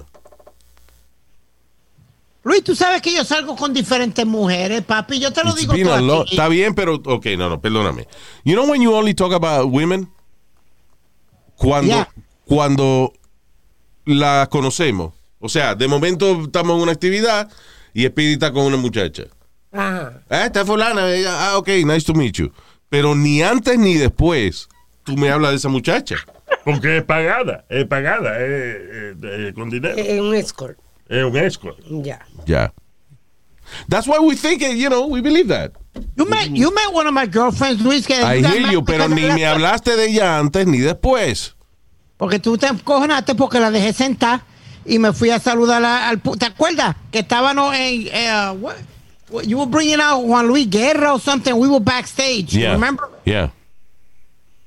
[SPEAKER 3] Luis, tú sabes que yo salgo con diferentes mujeres, papi. Yo te lo
[SPEAKER 2] It's
[SPEAKER 3] digo
[SPEAKER 2] been
[SPEAKER 3] todo
[SPEAKER 2] a lo-
[SPEAKER 3] aquí.
[SPEAKER 2] Está bien, pero, ok, no, no, perdóname. You know when you only talk about women? Cuando,
[SPEAKER 3] Yeah.
[SPEAKER 2] cuando la conocemos. O sea, de momento estamos en una actividad y Speedy está con una muchacha.
[SPEAKER 5] Ajá.
[SPEAKER 2] Ah, está fulana. ella- Ah, ok, nice to meet you. Pero ni antes ni después tú me hablas de esa muchacha.
[SPEAKER 4] Porque es pagada, es pagada, es, es- es con dinero.
[SPEAKER 5] Es un escort.
[SPEAKER 4] Es un escort.
[SPEAKER 5] Ya.
[SPEAKER 2] Ya. That's why we think, it, you know, we believe that.
[SPEAKER 3] You met, you met one of my girlfriends, Luis, que
[SPEAKER 2] I
[SPEAKER 3] you got
[SPEAKER 2] hear
[SPEAKER 3] mad
[SPEAKER 2] you, pero
[SPEAKER 3] because
[SPEAKER 2] ni
[SPEAKER 3] I
[SPEAKER 2] me
[SPEAKER 3] left-
[SPEAKER 2] hablaste de ella antes ni después.
[SPEAKER 3] Porque tú te encojonaste porque la dejé sentar y me fui a saludar a- al... pu- ¿Te acuerdas? Que estábamos en... eh, what? What- You were bringing out Juan Luis Guerra or something. We were backstage. You
[SPEAKER 2] Yeah.
[SPEAKER 3] remember?
[SPEAKER 2] Yeah.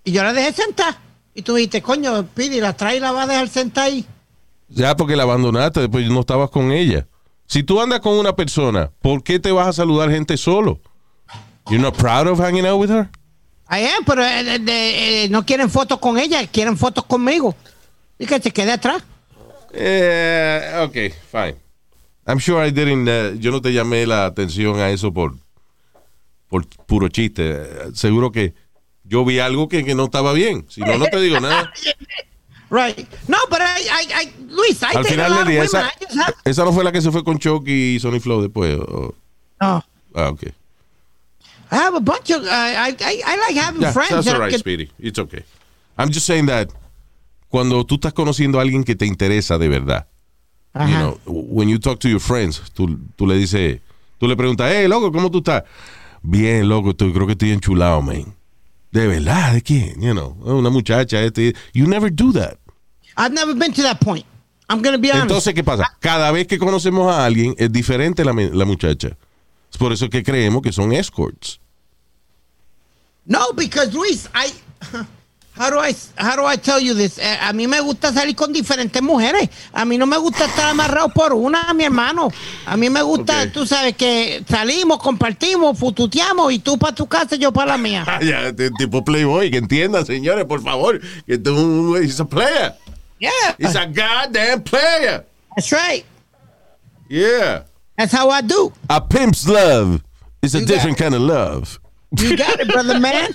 [SPEAKER 3] Y yo la dejé sentar. Y tú dijiste, coño, Pidi, la trae y la vas a dejar sentar ahí.
[SPEAKER 2] Ya porque la abandonaste, después no estabas con ella. Si tú andas con una persona, ¿por qué te vas a saludar gente solo? You're not proud of hanging out with her?
[SPEAKER 3] I am, pero eh, de- de- eh, no quieren fotos con ella, quieren fotos conmigo. Y que se quede atrás.
[SPEAKER 2] Eh, ok, fine. I'm sure I didn't, uh, yo no te llamé la atención a eso por, por puro chiste. Eh, seguro que yo vi algo que, que no estaba bien. Si no, no te digo nada.
[SPEAKER 3] Right. No, pero I, I, I, Luis, I
[SPEAKER 2] Al
[SPEAKER 3] date a
[SPEAKER 2] final
[SPEAKER 3] lot
[SPEAKER 2] del
[SPEAKER 3] of
[SPEAKER 2] día,
[SPEAKER 3] women.
[SPEAKER 2] esa,
[SPEAKER 3] I just have-
[SPEAKER 2] esa no fue la que se fue con Chucky y Sonny Flow después. o-
[SPEAKER 3] No.
[SPEAKER 2] ah, ok.
[SPEAKER 3] I have a bunch of, I, I, I, I like having
[SPEAKER 2] Yeah,
[SPEAKER 3] friends.
[SPEAKER 2] that's
[SPEAKER 3] that
[SPEAKER 2] all
[SPEAKER 3] I
[SPEAKER 2] right,
[SPEAKER 3] can-
[SPEAKER 2] Speedy. It's okay. I'm just saying that cuando tú estás conociendo a alguien que te interesa de verdad,
[SPEAKER 3] Ajá.
[SPEAKER 2] you know, when you talk to your friends, tú, tú le dices, tú le preguntas, hey, loco, ¿cómo tú estás? Bien, loco, estoy, creo que estoy enchulado, man. ¿De verdad? ¿De quién? You know, una muchacha, este. You never do that.
[SPEAKER 3] I've never been to that point. I'm going to be honest.
[SPEAKER 2] Entonces, ¿qué pasa? Cada vez que conocemos a alguien, es diferente la, la muchacha. Es por eso que creemos que son escorts.
[SPEAKER 3] No, because Luis, I, how do I, how do I tell you this? Eh, a mí me gusta salir con diferentes mujeres. A mí no me gusta estar amarrado por una, mi hermano. A mí me gusta,
[SPEAKER 2] Ok.
[SPEAKER 3] tú sabes, que salimos, compartimos, fututeamos y tú para tu casa, yo para la mía.
[SPEAKER 2] Ah, ya, este tipo Playboy, que entiendan, señores, por favor, que este es un, he's a player.
[SPEAKER 3] Yeah,
[SPEAKER 2] He's a goddamn player.
[SPEAKER 3] that's right.
[SPEAKER 2] Yeah.
[SPEAKER 3] That's how I do.
[SPEAKER 2] A pimp's love is a
[SPEAKER 3] You got
[SPEAKER 2] different kind of love.
[SPEAKER 3] You got it, brother man.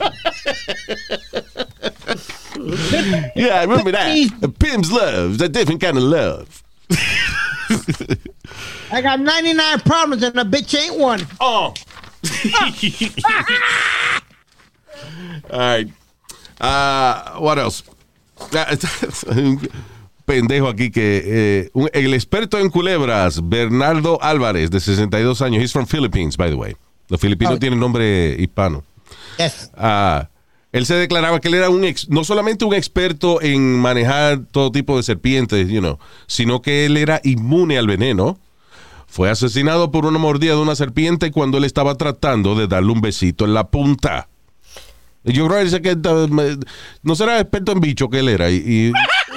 [SPEAKER 2] Yeah, I remember that. A pimp's love is a different kind of love.
[SPEAKER 3] I got ninety-nine problems and a bitch ain't one.
[SPEAKER 2] Oh. All right. Uh, what else? Un pendejo aquí que eh, un- el experto en culebras, Bernardo Álvarez, de sesenta y dos años. He's from Philippines, by the way. Los filipinos
[SPEAKER 3] Oh.
[SPEAKER 2] tienen nombre hispano.
[SPEAKER 3] Yes.
[SPEAKER 2] Ah, él se declaraba que él era un ex- no solamente un experto en manejar todo tipo de serpientes, you know, sino que él era inmune al veneno. Fue asesinado por una mordida de una serpiente cuando él estaba tratando de darle un besito en la punta. Y yo creo que dice que eh, me- no será experto en bicho que él era. Y, y-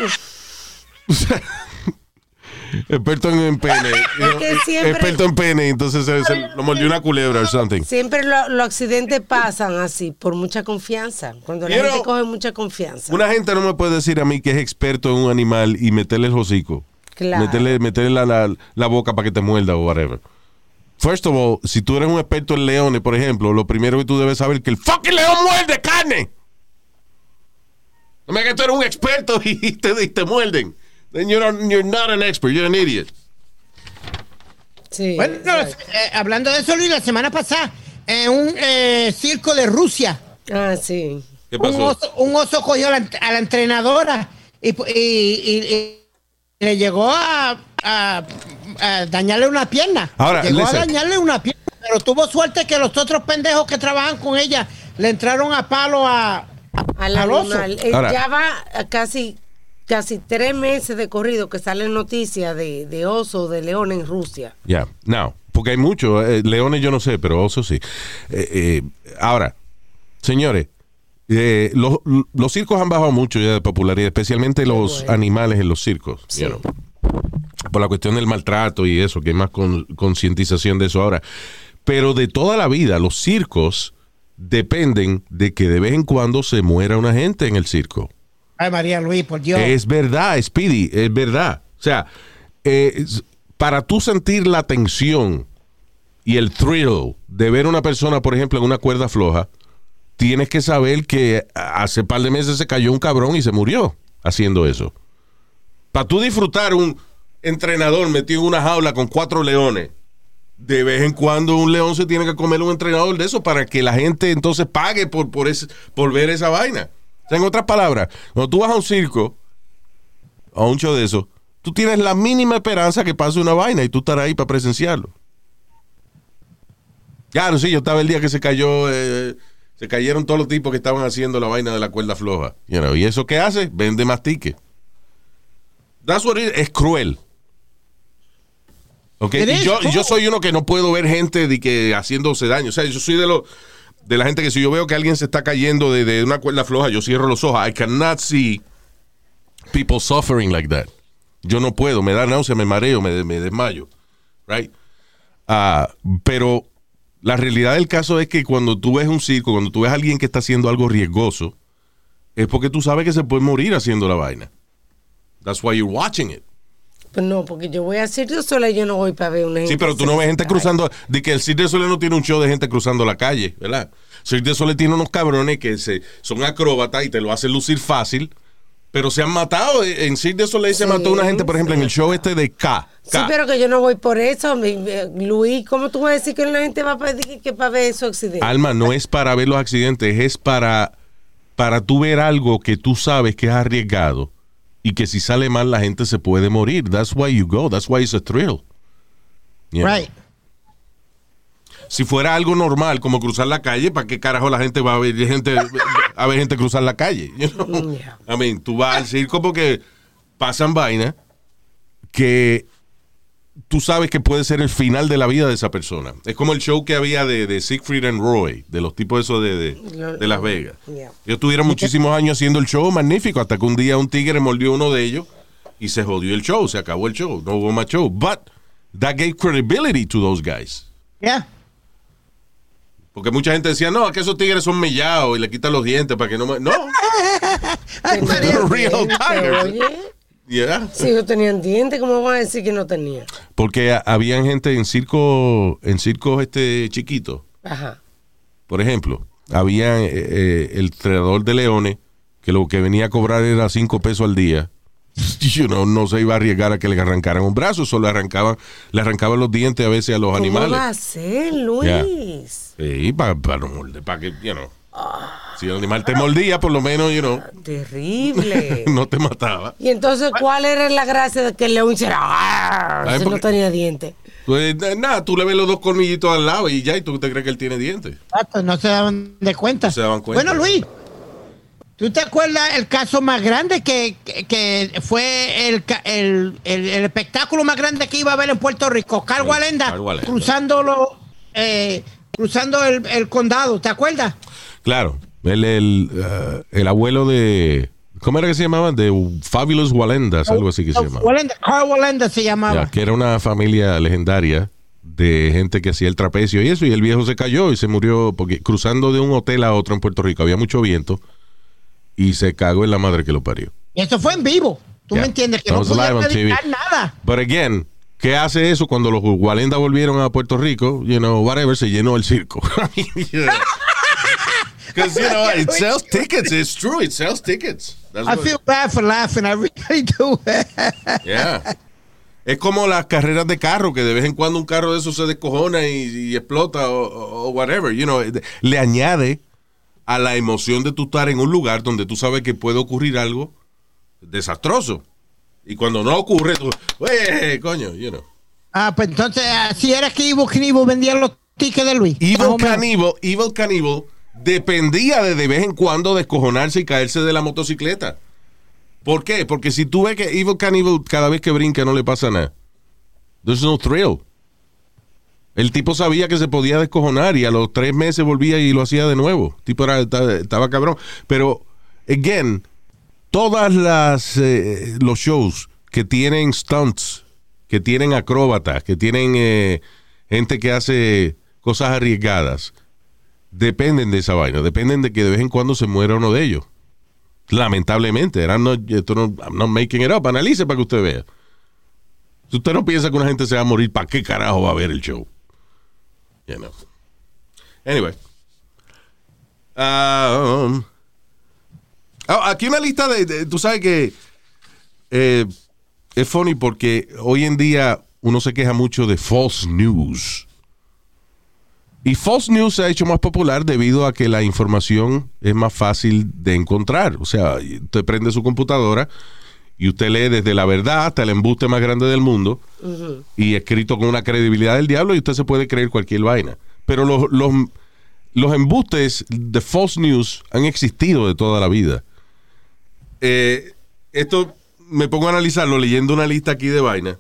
[SPEAKER 2] experto en, en pene. you know,
[SPEAKER 5] que siempre-
[SPEAKER 2] experto en pene. Entonces se, se lo mordió una culebra o something.
[SPEAKER 5] Siempre lo- los accidentes pasan así, por mucha confianza. Cuando la
[SPEAKER 2] You
[SPEAKER 5] gente
[SPEAKER 2] know,
[SPEAKER 5] coge mucha confianza.
[SPEAKER 2] Una gente no me puede decir a mí que es experto en un animal y meterle el hocico.
[SPEAKER 5] Claro.
[SPEAKER 2] Meterle, meterle la, la, la boca para que te muerda o whatever. First of all, si tú eres un experto en leones, por ejemplo, lo primero que tú debes saber es que el fucking león muerde carne. No me digas que tú eres un experto y te, y te muerden. Then you're not, you're not an expert, you're an idiot.
[SPEAKER 5] Sí,
[SPEAKER 3] Bueno,
[SPEAKER 5] exacto.
[SPEAKER 3] eh, hablando de eso, Luis, la semana pasada, en un eh, circo de Rusia,
[SPEAKER 5] Ah, sí.
[SPEAKER 2] ¿Qué
[SPEAKER 3] un
[SPEAKER 2] pasó?
[SPEAKER 3] oso, un oso cogió a la, a la entrenadora y, y- y- y le llegó a, a- a dañarle una pierna.
[SPEAKER 2] Ahora,
[SPEAKER 3] llegó
[SPEAKER 2] listen.
[SPEAKER 3] a dañarle una pierna, pero tuvo suerte que los otros pendejos que trabajan con ella le entraron a palo a,
[SPEAKER 5] Al
[SPEAKER 3] al oso.
[SPEAKER 5] animal. Eh,
[SPEAKER 2] Ahora-
[SPEAKER 5] ya va a casi, casi tres meses de corrido que salen noticias de, de oso, de león en Rusia.
[SPEAKER 2] Ya, no, porque hay muchos. eh, leones yo no sé, pero osos sí. Eh, eh, ahora, señores, eh, los, los circos han bajado mucho ya de popularidad, especialmente los
[SPEAKER 5] bueno.
[SPEAKER 2] animales en los circos.
[SPEAKER 5] Sí.
[SPEAKER 2] you know, por la cuestión del maltrato y eso, que hay más con- concientización de eso ahora. Pero de toda la vida, los circos dependen de que de vez en cuando se muera una gente en el circo.
[SPEAKER 3] Ay, María Luis, por Dios.
[SPEAKER 2] Es verdad, Speedy, es verdad. O sea, eh, es- para tú sentir la tensión y el thrill de ver a una persona, por ejemplo, en una cuerda floja, tienes que saber que hace par de meses se cayó un cabrón y se murió haciendo eso. Para tú disfrutar un entrenador metido en una jaula con cuatro leones, de vez en cuando un león se tiene que comer un entrenador de eso para que la gente entonces pague por, por, ese, por ver esa vaina. O sea, en otras palabras, cuando tú vas a un circo, a un show de eso, tú tienes la mínima esperanza que pase una vaina y tú estarás ahí para presenciarlo. Claro, sí, yo estaba el día que se cayó, eh, se cayeron todos los tipos que estaban haciendo la vaina de la cuerda floja. You know, ¿y eso qué hace? Vende más tickets. That's what it is. Es cruel. Okay.
[SPEAKER 3] It
[SPEAKER 2] Y
[SPEAKER 3] is
[SPEAKER 2] yo,
[SPEAKER 3] cruel.
[SPEAKER 2] yo soy uno que no puedo ver gente de que haciéndose daño. O sea, yo soy de los de la gente que si yo veo que alguien se está cayendo de, de una cuerda floja, yo cierro los ojos. I cannot see people suffering like that. Yo no puedo, me da náusea, me mareo, me, me desmayo. Right? Uh, pero la realidad del caso es que cuando tú ves un circo, cuando tú ves a alguien que está haciendo algo riesgoso, es porque tú sabes que se puede morir haciendo la vaina. That's why you're watching it.
[SPEAKER 5] Pues no, porque yo voy a Cirque du Soleil, yo no voy para ver una gente.
[SPEAKER 2] Sí, pero tú no ves gente cruzando. De que el Cirque du Soleil no tiene un show de gente cruzando la calle, ¿verdad? Cirque du Soleil tiene unos cabrones que se, son acróbatas y te lo hacen lucir fácil, pero se han matado. En Cirque du Soleil sí, se mató una gente, por ejemplo, sí. en el show este de K. K.
[SPEAKER 5] Sí, pero que yo no voy por eso. Luis, ¿cómo tú vas a decir que la gente va para, que para ver esos accidentes?
[SPEAKER 2] Alma, no es para ver los accidentes, es para, para tú ver algo que tú sabes que es arriesgado. Y que si sale mal la gente se puede morir. That's why you go. That's why it's a thrill. You
[SPEAKER 3] right.
[SPEAKER 2] know? Si fuera algo normal, como cruzar la calle, ¿para qué carajo la gente va a ver gente, a ver gente cruzar la calle? You know? Yeah. I mean, tú vas al circo porque pasan vainas que tú sabes que puede ser el final de la vida de esa persona. Es como el show que había de, de Siegfried and Roy, de los tipos esos de, de, de Las Vegas. Yeah. Ellos tuvieron muchísimos años haciendo el show magnífico, hasta que un día un tigre mordió uno de ellos y se jodió el show, se acabó el show, no hubo más show. But that gave credibility to those guys.
[SPEAKER 3] Yeah.
[SPEAKER 2] Porque mucha gente decía, no, que esos tigres son mellados y le quitan los dientes para que no... No. They're real tigers. Yeah.
[SPEAKER 5] Si ellos tenían dientes, ¿cómo van a decir que no tenían?
[SPEAKER 2] Porque a, habían gente en circo, en circos este chiquitos.
[SPEAKER 5] Ajá.
[SPEAKER 2] Por ejemplo, había eh, eh, el entrenador de leones que lo que venía a cobrar era cinco pesos al día. You know, no se iba a arriesgar a que le arrancaran un brazo, solo le arrancaban, le arrancaban los dientes a veces a los
[SPEAKER 5] ¿Cómo
[SPEAKER 2] animales.
[SPEAKER 5] ¿Cómo va a ser, Luis?
[SPEAKER 2] Yeah. Sí, para pa, pa que, you know. Si el animal te mordía, por lo menos, you know.
[SPEAKER 5] Terrible.
[SPEAKER 2] No te mataba.
[SPEAKER 5] Y entonces, ¿cuál era la gracia de que el león hiciera si porque, no tenía dientes?
[SPEAKER 2] Pues nada, tú le ves los dos colmillitos al lado y ya, y tú te crees que él tiene dientes.
[SPEAKER 3] Exacto, no se daban de cuenta.
[SPEAKER 2] No se daban cuenta.
[SPEAKER 3] Bueno, Luis, ¿tú te acuerdas el caso más grande que, que, que fue el, el, el, el espectáculo más grande que iba a haber en Puerto Rico? Carl sí, Wallenda, Carl Wallenda. cruzando, lo, eh, cruzando el, el condado, ¿te acuerdas?
[SPEAKER 2] Claro. El, el, uh, el abuelo de... ¿Cómo era que se llamaba? De Fabulous Wallendas, algo así que se llamaba.
[SPEAKER 3] Wallenda, Carl Wallenda se llamaba.
[SPEAKER 2] Ya, que era una familia legendaria de gente que hacía el trapecio y eso, y el viejo se cayó y se murió porque cruzando de un hotel a otro en Puerto Rico había mucho viento y se cagó en la madre que lo parió.
[SPEAKER 3] Y eso fue en vivo. ¿Tú yeah. me entiendes? Que no podía predicar nada.
[SPEAKER 2] But again, ¿qué hace eso cuando los Wallendas volvieron a Puerto Rico? You know, whatever, se llenó el circo. Because, you know, it sells tickets. It's true. It sells tickets. That's
[SPEAKER 3] I feel bad for laughing. I really do.
[SPEAKER 2] Yeah. Es como las carreras de carro, que de vez en cuando un carro de esos se descojona y, y explota o, o whatever. You know, le añade a la emoción de tú estar en un lugar donde tú sabes que puede ocurrir algo desastroso. Y cuando no ocurre, tú, ¡eh, coño! You know.
[SPEAKER 3] Ah, pues entonces, así era que Evil Knievel vendía los tickets de Luis.
[SPEAKER 2] Evil Knievel, Evil Knievel dependía de de vez en cuando descojonarse y caerse de la motocicleta. ¿Por qué? Porque si tú ves que Evil Knievel cada vez que brinca no le pasa nada. There's no thrill. El tipo sabía que se podía descojonar y a los tres meses volvía y lo hacía de nuevo. El tipo era, estaba, estaba cabrón. Pero, again, todas las eh, los shows que tienen stunts, que tienen acróbatas, que tienen eh, gente que hace cosas arriesgadas, dependen de esa vaina, dependen de que de vez en cuando se muera uno de ellos. Lamentablemente, eran no, esto no, I'm not making it up, analice para que usted vea. Si usted no piensa que una gente se va a morir, ¿para qué carajo va a ver el show? You know. Anyway. Um, oh, aquí una lista de, de tú sabes que eh, es funny porque hoy en día uno se queja mucho de false news. Y false news se ha hecho más popular debido a que la información es más fácil de encontrar. O sea, usted prende su computadora y usted lee desde la verdad hasta el embuste más grande del mundo, uh-huh. y escrito con una credibilidad del diablo, y usted se puede creer cualquier vaina. Pero los, los, los embustes de false news han existido de toda la vida. Eh, esto me pongo a analizarlo leyendo una lista aquí de vainas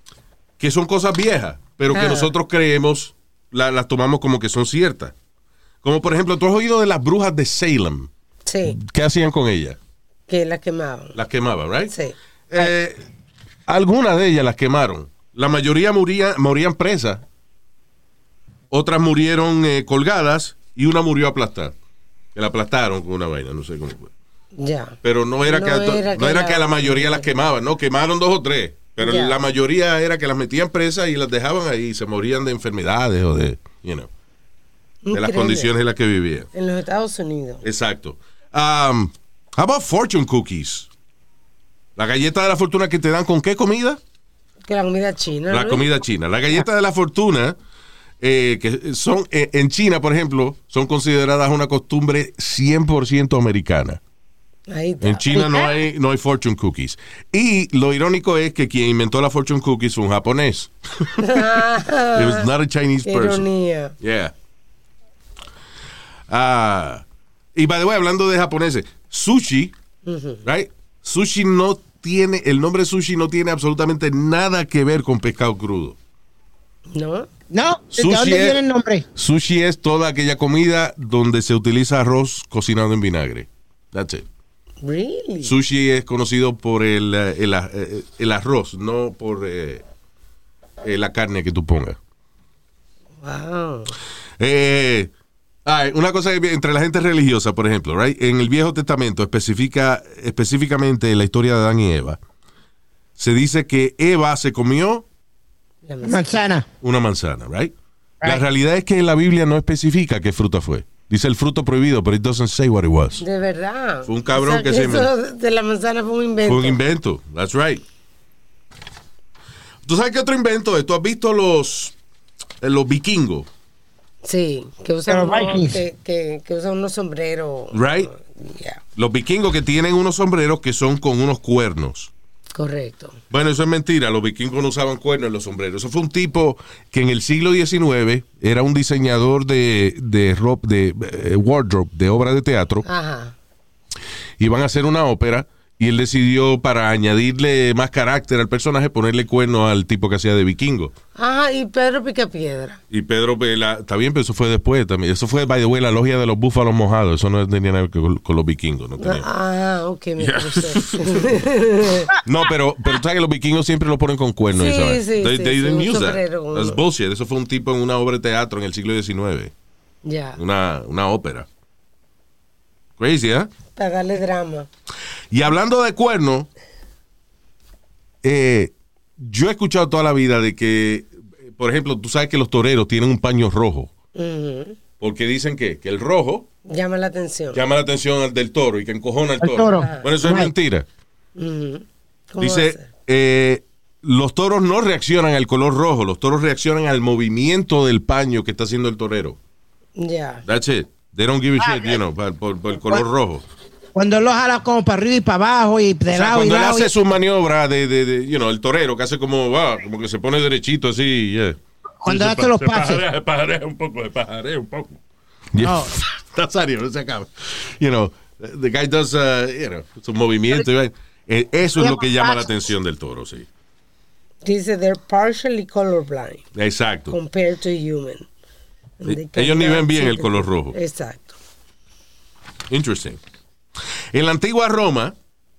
[SPEAKER 2] que son cosas viejas, pero que uh-huh. nosotros creemos... La, las tomamos como que son ciertas. Como por ejemplo, tú has oído de las brujas de Salem.
[SPEAKER 5] Sí.
[SPEAKER 2] ¿Qué hacían con ellas?
[SPEAKER 5] Que la quemaban.
[SPEAKER 2] Las quemaban, ¿right?
[SPEAKER 5] Sí.
[SPEAKER 2] Eh, algunas de ellas las quemaron. La mayoría moría, morían presas. Otras murieron eh, colgadas y una murió aplastada. Que la aplastaron con una vaina, no sé cómo fue.
[SPEAKER 5] Ya.
[SPEAKER 2] Pero no era,
[SPEAKER 5] No
[SPEAKER 2] que, a to-
[SPEAKER 5] era
[SPEAKER 2] no
[SPEAKER 5] que
[SPEAKER 2] era
[SPEAKER 5] la-
[SPEAKER 2] que a la mayoría las quemaban, no, quemaron dos o tres. Pero
[SPEAKER 5] Ya.
[SPEAKER 2] la mayoría era que las metían presas y las dejaban ahí y se morían de enfermedades o de, you know, de las
[SPEAKER 5] Increíble.
[SPEAKER 2] condiciones en las que vivían.
[SPEAKER 5] En los Estados Unidos.
[SPEAKER 2] Exacto. Um, how about fortune cookies? La galleta de la fortuna que te dan con qué comida?
[SPEAKER 5] Que la comida china.
[SPEAKER 2] La
[SPEAKER 5] ¿no?
[SPEAKER 2] comida china. La galleta de la fortuna, eh, que son eh, en China, por ejemplo, son consideradas una costumbre cien por ciento americana.
[SPEAKER 5] Ahí está.
[SPEAKER 2] En China no hay, no hay fortune cookies. Y lo irónico es que quien inventó la fortune cookies fue un japonés. It was not a Chinese
[SPEAKER 5] Qué
[SPEAKER 2] person.
[SPEAKER 5] ironía.
[SPEAKER 2] Yeah. Ah, y by the way, hablando de japoneses, sushi, right? Sushi no tiene, el nombre sushi no tiene absolutamente nada que ver con pescado crudo.
[SPEAKER 5] ¿No?
[SPEAKER 3] No, ¿de
[SPEAKER 2] Sushi
[SPEAKER 3] dónde
[SPEAKER 2] es-
[SPEAKER 3] viene el nombre?
[SPEAKER 2] Sushi es toda aquella comida donde se utiliza arroz cocinado en vinagre. That's it.
[SPEAKER 5] Really?
[SPEAKER 2] Sushi es conocido por el, eh, el, eh, el arroz, no por eh, eh, la carne que tú pongas.
[SPEAKER 5] Wow.
[SPEAKER 2] Eh, ah, una cosa que entre la gente religiosa, por ejemplo, right? En el Viejo Testamento, especifica, específicamente en la historia de Adán y Eva, se dice que Eva se comió
[SPEAKER 5] La manzana.
[SPEAKER 3] Manzana.
[SPEAKER 2] una manzana, right? La
[SPEAKER 3] Right.
[SPEAKER 2] realidad es que la Biblia no especifica qué fruta fue. Dice el fruto prohibido, pero it doesn't say what it was.
[SPEAKER 5] De verdad.
[SPEAKER 2] Fue un cabrón
[SPEAKER 5] O sea,
[SPEAKER 2] que se
[SPEAKER 5] eso de la manzana fue un invento.
[SPEAKER 2] Fue un invento. That's right. ¿Tú sabes qué otro invento es? ¿Tú has visto los, eh, los vikingos?
[SPEAKER 5] Sí, que usan,
[SPEAKER 3] Pero
[SPEAKER 5] unos,
[SPEAKER 3] Vikings.
[SPEAKER 5] que, que, que usan unos sombreros.
[SPEAKER 2] Right.
[SPEAKER 5] Yeah,
[SPEAKER 2] Los vikingos que tienen unos sombreros que son con unos cuernos.
[SPEAKER 5] correcto.
[SPEAKER 2] Bueno, eso es mentira. Los vikingos no usaban cuernos en los sombreros. Eso fue un tipo que en el siglo diecinueve era un diseñador de, de, ropa, de eh, wardrobe, de obra de teatro.
[SPEAKER 5] Ajá.
[SPEAKER 2] Iban a hacer una ópera y él decidió, para añadirle más carácter al personaje, ponerle cuernos al tipo que hacía de vikingo.
[SPEAKER 5] Ajá, y Pedro Picapiedra.
[SPEAKER 2] Y Pedro, pues, la- está bien, pero eso fue después también. Eso fue, by the way, la logia de los búfalos mojados. Eso no tenía nada que ver con, con los vikingos. No, tenía.
[SPEAKER 5] Ah, ok, me
[SPEAKER 2] Yeah.
[SPEAKER 5] crucé.
[SPEAKER 2] No, pero, pero tú sabes que los vikingos siempre lo ponen con cuernos.
[SPEAKER 5] Sí,
[SPEAKER 2] ¿sabes?
[SPEAKER 5] sí,
[SPEAKER 2] they,
[SPEAKER 5] sí,
[SPEAKER 2] they
[SPEAKER 5] sí,
[SPEAKER 2] didn't
[SPEAKER 5] un
[SPEAKER 2] use that.
[SPEAKER 5] sombrero con-
[SPEAKER 2] That's bullshit. Eso fue un tipo en una obra de teatro en el siglo diecinueve.
[SPEAKER 5] Ya,
[SPEAKER 2] Una, una ópera. Crazy, ¿eh?
[SPEAKER 5] para darle drama.
[SPEAKER 2] Y hablando de cuernos, eh, yo he escuchado toda la vida de que, por ejemplo, tú sabes que los toreros tienen un paño rojo.
[SPEAKER 5] Ujú.
[SPEAKER 2] Porque dicen que, que el rojo
[SPEAKER 5] Llama la atención.
[SPEAKER 2] llama la atención al del toro y que encojona al
[SPEAKER 3] Al
[SPEAKER 2] toro.
[SPEAKER 3] toro.
[SPEAKER 2] Bueno, eso es
[SPEAKER 3] Right.
[SPEAKER 2] mentira.
[SPEAKER 5] Ujú. ¿Cómo
[SPEAKER 2] Dice,
[SPEAKER 5] va a ser?
[SPEAKER 2] eh, los toros no reaccionan al color rojo, los toros reaccionan al movimiento del paño que está haciendo el torero.
[SPEAKER 5] Ya.
[SPEAKER 2] That's it. They don't give a shit, you know, por, por- por el color rojo.
[SPEAKER 3] Cuando él lo jala como para arriba y para abajo y de
[SPEAKER 2] O sea,
[SPEAKER 3] lado y
[SPEAKER 2] cuando él
[SPEAKER 3] lado.
[SPEAKER 2] hace
[SPEAKER 3] y-
[SPEAKER 2] su maniobra de, de, de, you know, el torero, que hace como, ah, como que se pone derechito así, yeah.
[SPEAKER 3] Cuando
[SPEAKER 4] Sí,
[SPEAKER 3] hace
[SPEAKER 4] se
[SPEAKER 3] los
[SPEAKER 4] pa-
[SPEAKER 3] pases.
[SPEAKER 4] Se pajarea, se pajarea un poco, se pajarea un poco.
[SPEAKER 2] Yeah.
[SPEAKER 3] No.
[SPEAKER 2] Nazario, no se acaba. You know, the guy does, uh, you know, su movimiento. y- eh, Eso es lo que llama la atención del toro, sí.
[SPEAKER 5] Dice, they're partially colorblind
[SPEAKER 2] Exacto.
[SPEAKER 5] compared to human. And they
[SPEAKER 2] Ellos ni
[SPEAKER 5] cannot
[SPEAKER 2] ven bien
[SPEAKER 5] see
[SPEAKER 2] el
[SPEAKER 5] the-
[SPEAKER 2] color rojo.
[SPEAKER 5] Exacto.
[SPEAKER 2] Interesting. En la antigua Roma,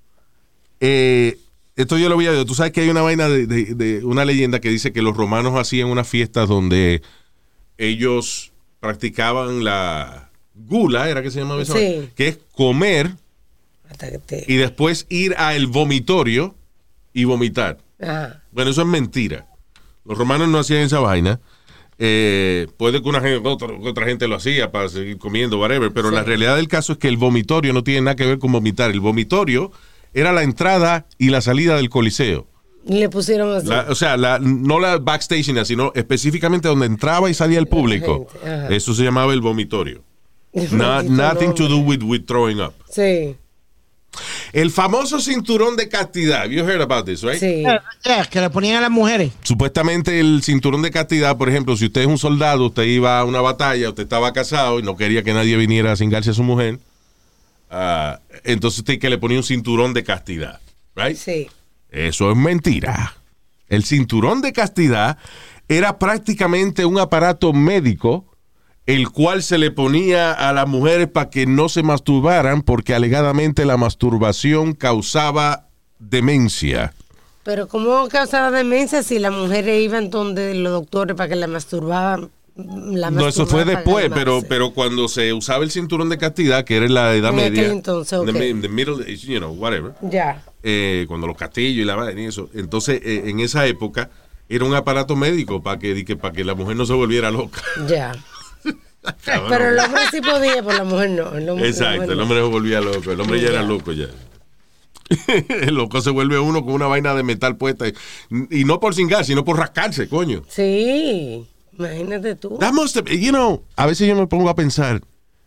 [SPEAKER 2] eh, esto yo lo había oído. Tú sabes que hay una vaina de, de- de una leyenda que dice que los romanos hacían unas fiestas donde ellos practicaban la gula, era que se llamaba eso,
[SPEAKER 5] Sí.
[SPEAKER 2] que es comer
[SPEAKER 5] Hasta que te...
[SPEAKER 2] y después ir al vomitorio y vomitar.
[SPEAKER 5] Ajá.
[SPEAKER 2] Bueno, eso es mentira. Los romanos no hacían esa vaina. Eh, puede que una gente, otra, otra gente lo hacía para seguir comiendo, whatever, pero
[SPEAKER 5] Sí.
[SPEAKER 2] la realidad del caso es que el vomitorio no tiene nada que ver con vomitar. El vomitorio era la entrada y la salida del coliseo.
[SPEAKER 5] Y le pusieron así.
[SPEAKER 2] La- o sea, la, no la backstage, sino específicamente donde entraba y salía el público.
[SPEAKER 5] gente, ajá.
[SPEAKER 2] Eso se llamaba el vomitorio. No-
[SPEAKER 5] Maldito
[SPEAKER 2] nothing to
[SPEAKER 5] nombre.
[SPEAKER 2] do with, with throwing up.
[SPEAKER 5] Sí,
[SPEAKER 2] El famoso cinturón de castidad. You heard about this, right?
[SPEAKER 5] sí.
[SPEAKER 3] Eh, eh, que le ponían a las mujeres.
[SPEAKER 2] Supuestamente el cinturón de castidad, por ejemplo, si usted es un soldado, usted iba a una batalla, usted estaba casado y no quería que nadie viniera a cingarse a su mujer, ah, entonces usted que le ponía un cinturón de castidad, right?
[SPEAKER 5] Sí.
[SPEAKER 2] Eso es mentira. El cinturón de castidad era prácticamente un aparato médico el cual se le ponía a las mujeres para que no se masturbaran porque alegadamente la masturbación causaba demencia.
[SPEAKER 5] Pero ¿cómo causaba demencia si las mujeres iban donde los doctores para que la masturbaban? La
[SPEAKER 2] No, eso fue
[SPEAKER 5] masturbaban para
[SPEAKER 2] después, pero,
[SPEAKER 5] calmarse?
[SPEAKER 2] pero cuando se usaba el cinturón de castidad, que era en la edad
[SPEAKER 5] En
[SPEAKER 2] media,
[SPEAKER 5] aquel entonces,
[SPEAKER 2] the,
[SPEAKER 5] ok.
[SPEAKER 2] mi- the middle age, you know, whatever,
[SPEAKER 5] Ya.
[SPEAKER 2] eh, cuando los castillos y la vaina y eso, entonces eh, en esa época era un aparato médico para que, que, para que la mujer no se volviera loca.
[SPEAKER 5] Ya.
[SPEAKER 2] Cabrón.
[SPEAKER 5] Pero el hombre sí podía, pero la mujer no. El hombre,
[SPEAKER 2] Exacto,
[SPEAKER 5] la
[SPEAKER 2] el
[SPEAKER 5] mujer
[SPEAKER 2] hombre se volvía loco, el hombre ya era
[SPEAKER 5] Ya.
[SPEAKER 2] loco ya. El loco se vuelve uno con una vaina de metal puesta y, y no por cingar, sino por rascarse, coño.
[SPEAKER 5] no. Sí, imagínate tú.
[SPEAKER 2] That must have- you know, a veces yo me pongo a pensar,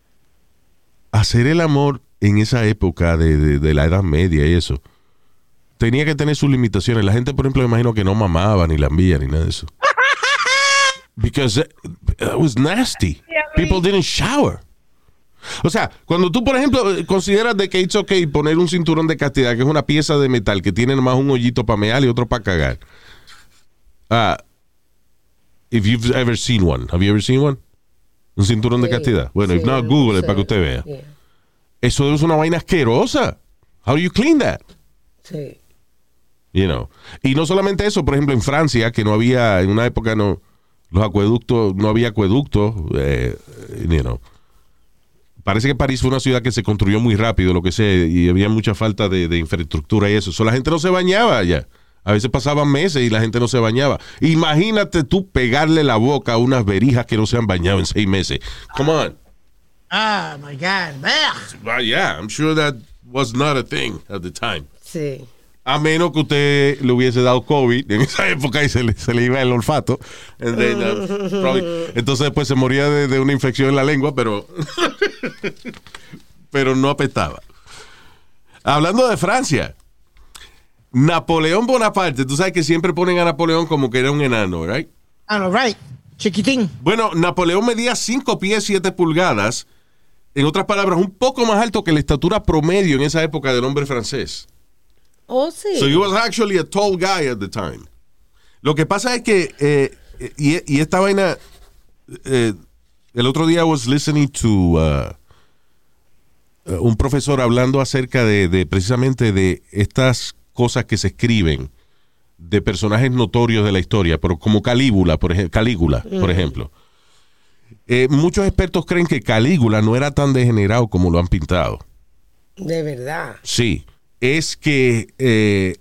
[SPEAKER 2] hacer el amor en esa época de, de, de la Edad Media y eso, tenía que tener sus limitaciones. La gente, por ejemplo, me imagino que no mamaba, ni lambía, ni nada de eso. Because it, it was nasty. People didn't shower. O sea, cuando tú, por ejemplo, consideras de que it's okay poner un cinturón de castidad, que es una pieza de metal que tiene nomás un hoyito para mear y otro para cagar. Ah, if you've ever seen one. Have you ever seen one? Un cinturón de
[SPEAKER 5] Sí,
[SPEAKER 2] castidad. Bueno,
[SPEAKER 5] sí,
[SPEAKER 2] if not,
[SPEAKER 5] no
[SPEAKER 2] Google it
[SPEAKER 5] sé.
[SPEAKER 2] para que usted vea.
[SPEAKER 5] Yeah.
[SPEAKER 2] Eso es una vaina asquerosa. How do you clean that?
[SPEAKER 5] Sí.
[SPEAKER 2] You know. Y no solamente eso, por ejemplo, en Francia, que no había, en una época no, los acueductos, no había acueductos, eh, you know. Parece que París fue una ciudad que se construyó muy rápido, lo que sea, y había mucha falta de, de infraestructura y eso. So, la gente no se bañaba allá. A veces pasaban meses y la gente no se bañaba. Imagínate tú pegarle la boca a unas verijas que no se han bañado en seis meses. Come on.
[SPEAKER 3] Oh my God. Ugh.
[SPEAKER 2] Well, yeah, I'm sure that was not a thing at the time.
[SPEAKER 5] Sí.
[SPEAKER 2] A menos que usted le hubiese dado COVID en esa época y se le, se le iba el olfato. And then, uh, probably- entonces después se moría de, de una infección en la lengua, pero, pero no apestaba. Hablando de Francia, Napoleón Bonaparte, tú sabes que siempre ponen a Napoleón como que era un enano, ¿right?
[SPEAKER 3] I know, right. Chiquitín.
[SPEAKER 2] Bueno, Napoleón medía cinco pies siete pulgadas. En otras palabras, un poco más alto que la estatura promedio en esa época del hombre francés.
[SPEAKER 5] Oh, sí.
[SPEAKER 2] So he was actually a tall guy at the time. Lo que pasa es que, eh, y, y esta vaina, eh, el otro día I was listening to uh, uh, un profesor hablando acerca de, de precisamente de estas cosas que se escriben de personajes notorios de la historia, pero como Calígula, por ejemplo, Calígula, por ejemplo. Eh, muchos expertos creen que Calígula no era tan degenerado como lo han pintado.
[SPEAKER 5] De verdad.
[SPEAKER 2] Sí, es que, eh,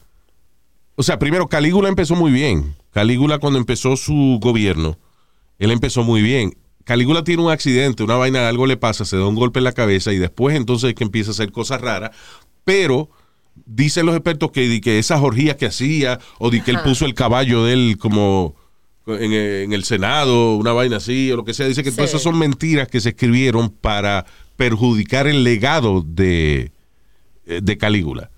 [SPEAKER 2] o sea, primero Calígula empezó muy bien. Calígula cuando empezó su gobierno, él empezó muy bien. Calígula tiene un accidente, una vaina, algo le pasa, se da un golpe en la cabeza y después entonces es que empieza a hacer cosas raras, pero dicen los expertos que, que esas orgías que hacía o de que él
[SPEAKER 5] Ajá.
[SPEAKER 2] puso el caballo de él como en, en el Senado, una vaina así o lo que sea, dice que
[SPEAKER 5] Sí.
[SPEAKER 2] todas esas son mentiras que se escribieron para perjudicar el legado de de Calígula.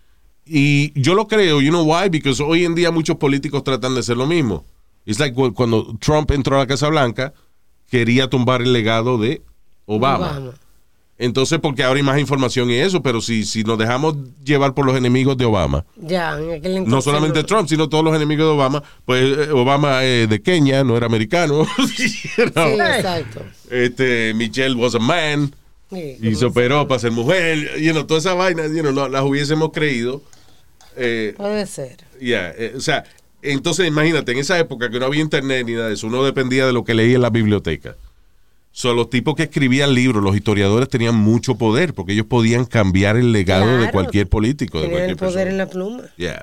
[SPEAKER 2] Y yo lo creo, you know why? Because hoy en día muchos políticos tratan de hacer lo mismo. It's like cuando Trump entró a la Casa Blanca, quería tumbar el legado de Obama.
[SPEAKER 5] Obama.
[SPEAKER 2] Entonces, porque ahora hay más información y eso, pero si, si nos dejamos llevar por los enemigos de Obama,
[SPEAKER 5] Ya, en aquel entonces.
[SPEAKER 2] no solamente
[SPEAKER 5] no.
[SPEAKER 2] Trump, sino todos los enemigos de Obama, pues eh, Obama es de Kenia, no era americano. You know?
[SPEAKER 5] Sí, exacto.
[SPEAKER 2] Este, Michelle was a man.
[SPEAKER 5] Sí,
[SPEAKER 2] Y se operó para ser mujer, you know, todas esas vainas, you know, no, las hubiésemos creído. Eh,
[SPEAKER 5] Puede ser.
[SPEAKER 2] yeah, eh, o sea, entonces imagínate, en esa época que no había internet ni nada de eso, uno dependía de lo que leía en la biblioteca. So, los tipos que escribían libros, los historiadores tenían mucho poder, porque ellos podían cambiar el legado de
[SPEAKER 5] Claro.
[SPEAKER 2] cualquier político, de
[SPEAKER 5] Tenían
[SPEAKER 2] cualquier
[SPEAKER 5] el poder
[SPEAKER 2] persona.
[SPEAKER 5] en la pluma.
[SPEAKER 2] Yeah.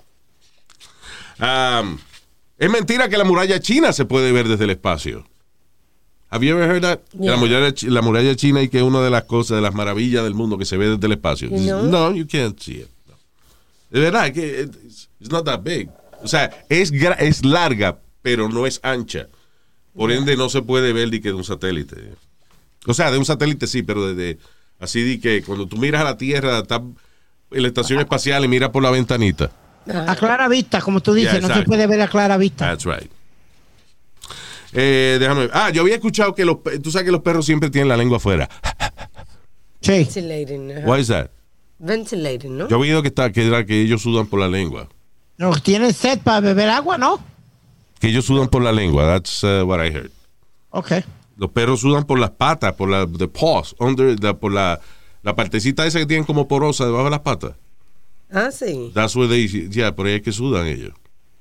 [SPEAKER 2] Um, es mentira que la muralla china se puede ver desde el espacio. Have you ever heard that? Que
[SPEAKER 5] Yeah.
[SPEAKER 2] La, muralla, chi- la muralla china y que es una de las cosas, de las maravillas del mundo que se ve desde el espacio.
[SPEAKER 5] No.
[SPEAKER 2] No, you can't see it. No. De verdad, es que it's, it's not that big. O sea, es, gra- es larga, pero no es ancha. Por ende, no se puede ver de que de un satélite. O sea, de un satélite sí, pero desde así de que cuando tú miras a la Tierra, estás en la estación espacial y miras por la ventanita.
[SPEAKER 3] A clara vista, como tú dices,
[SPEAKER 2] Yeah,
[SPEAKER 3] no se
[SPEAKER 2] exacto.
[SPEAKER 3] puede ver a clara vista.
[SPEAKER 2] That's right. Eh, déjame ver. Ah, yo había escuchado que los, pe- tú sabes que los perros siempre tienen la lengua afuera.
[SPEAKER 3] Sí.
[SPEAKER 5] Ventilating. ajá.
[SPEAKER 2] Why is that?
[SPEAKER 5] Ventilating, ¿no?
[SPEAKER 2] Yo he oído que está que, era que ellos sudan por la lengua.
[SPEAKER 3] No, tienen sed para beber agua, ¿no?
[SPEAKER 2] Que ellos sudan por la lengua. That's uh, what I heard.
[SPEAKER 3] Ok.
[SPEAKER 2] Los perros sudan por las patas, por la the paws, under, the, por la, la partecita esa que tienen como porosa debajo de las patas.
[SPEAKER 5] Ah, sí.
[SPEAKER 2] That's where they, yeah, por ahí es que sudan ellos.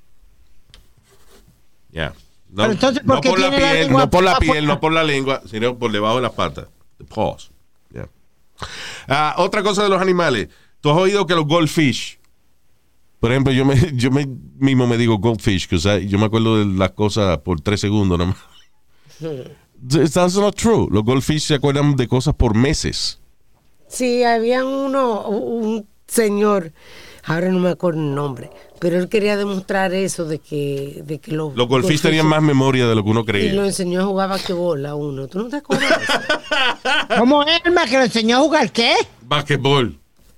[SPEAKER 2] Yeah. No,
[SPEAKER 3] Pero entonces, ¿por
[SPEAKER 2] no
[SPEAKER 3] qué
[SPEAKER 2] por la
[SPEAKER 3] tiene la
[SPEAKER 2] piel,
[SPEAKER 3] lengua
[SPEAKER 2] no por la
[SPEAKER 3] afuera?
[SPEAKER 2] piel, no por la lengua, sino por debajo de las patas. The paws. Yeah. Ah, otra cosa de los animales. ¿Tú has oído que los goldfish, por ejemplo, yo me, yo me, mismo me digo goldfish, que o sea, yo me acuerdo de las cosas por tres segundos nada más. That's not true. Los goldfish se acuerdan de cosas por meses.
[SPEAKER 5] Sí, había uno, un señor, ahora no me acuerdo el nombre, pero él quería demostrar eso de que, de que los,
[SPEAKER 2] Los goldfish tenían más memoria de lo que uno
[SPEAKER 5] y
[SPEAKER 2] creía.
[SPEAKER 5] lo enseñó a jugar basquetbol a uno. ¿Tú no te acuerdas de eso?
[SPEAKER 3] ¿Cómo Elma que le enseñó a jugar qué?
[SPEAKER 2] Basquetbol.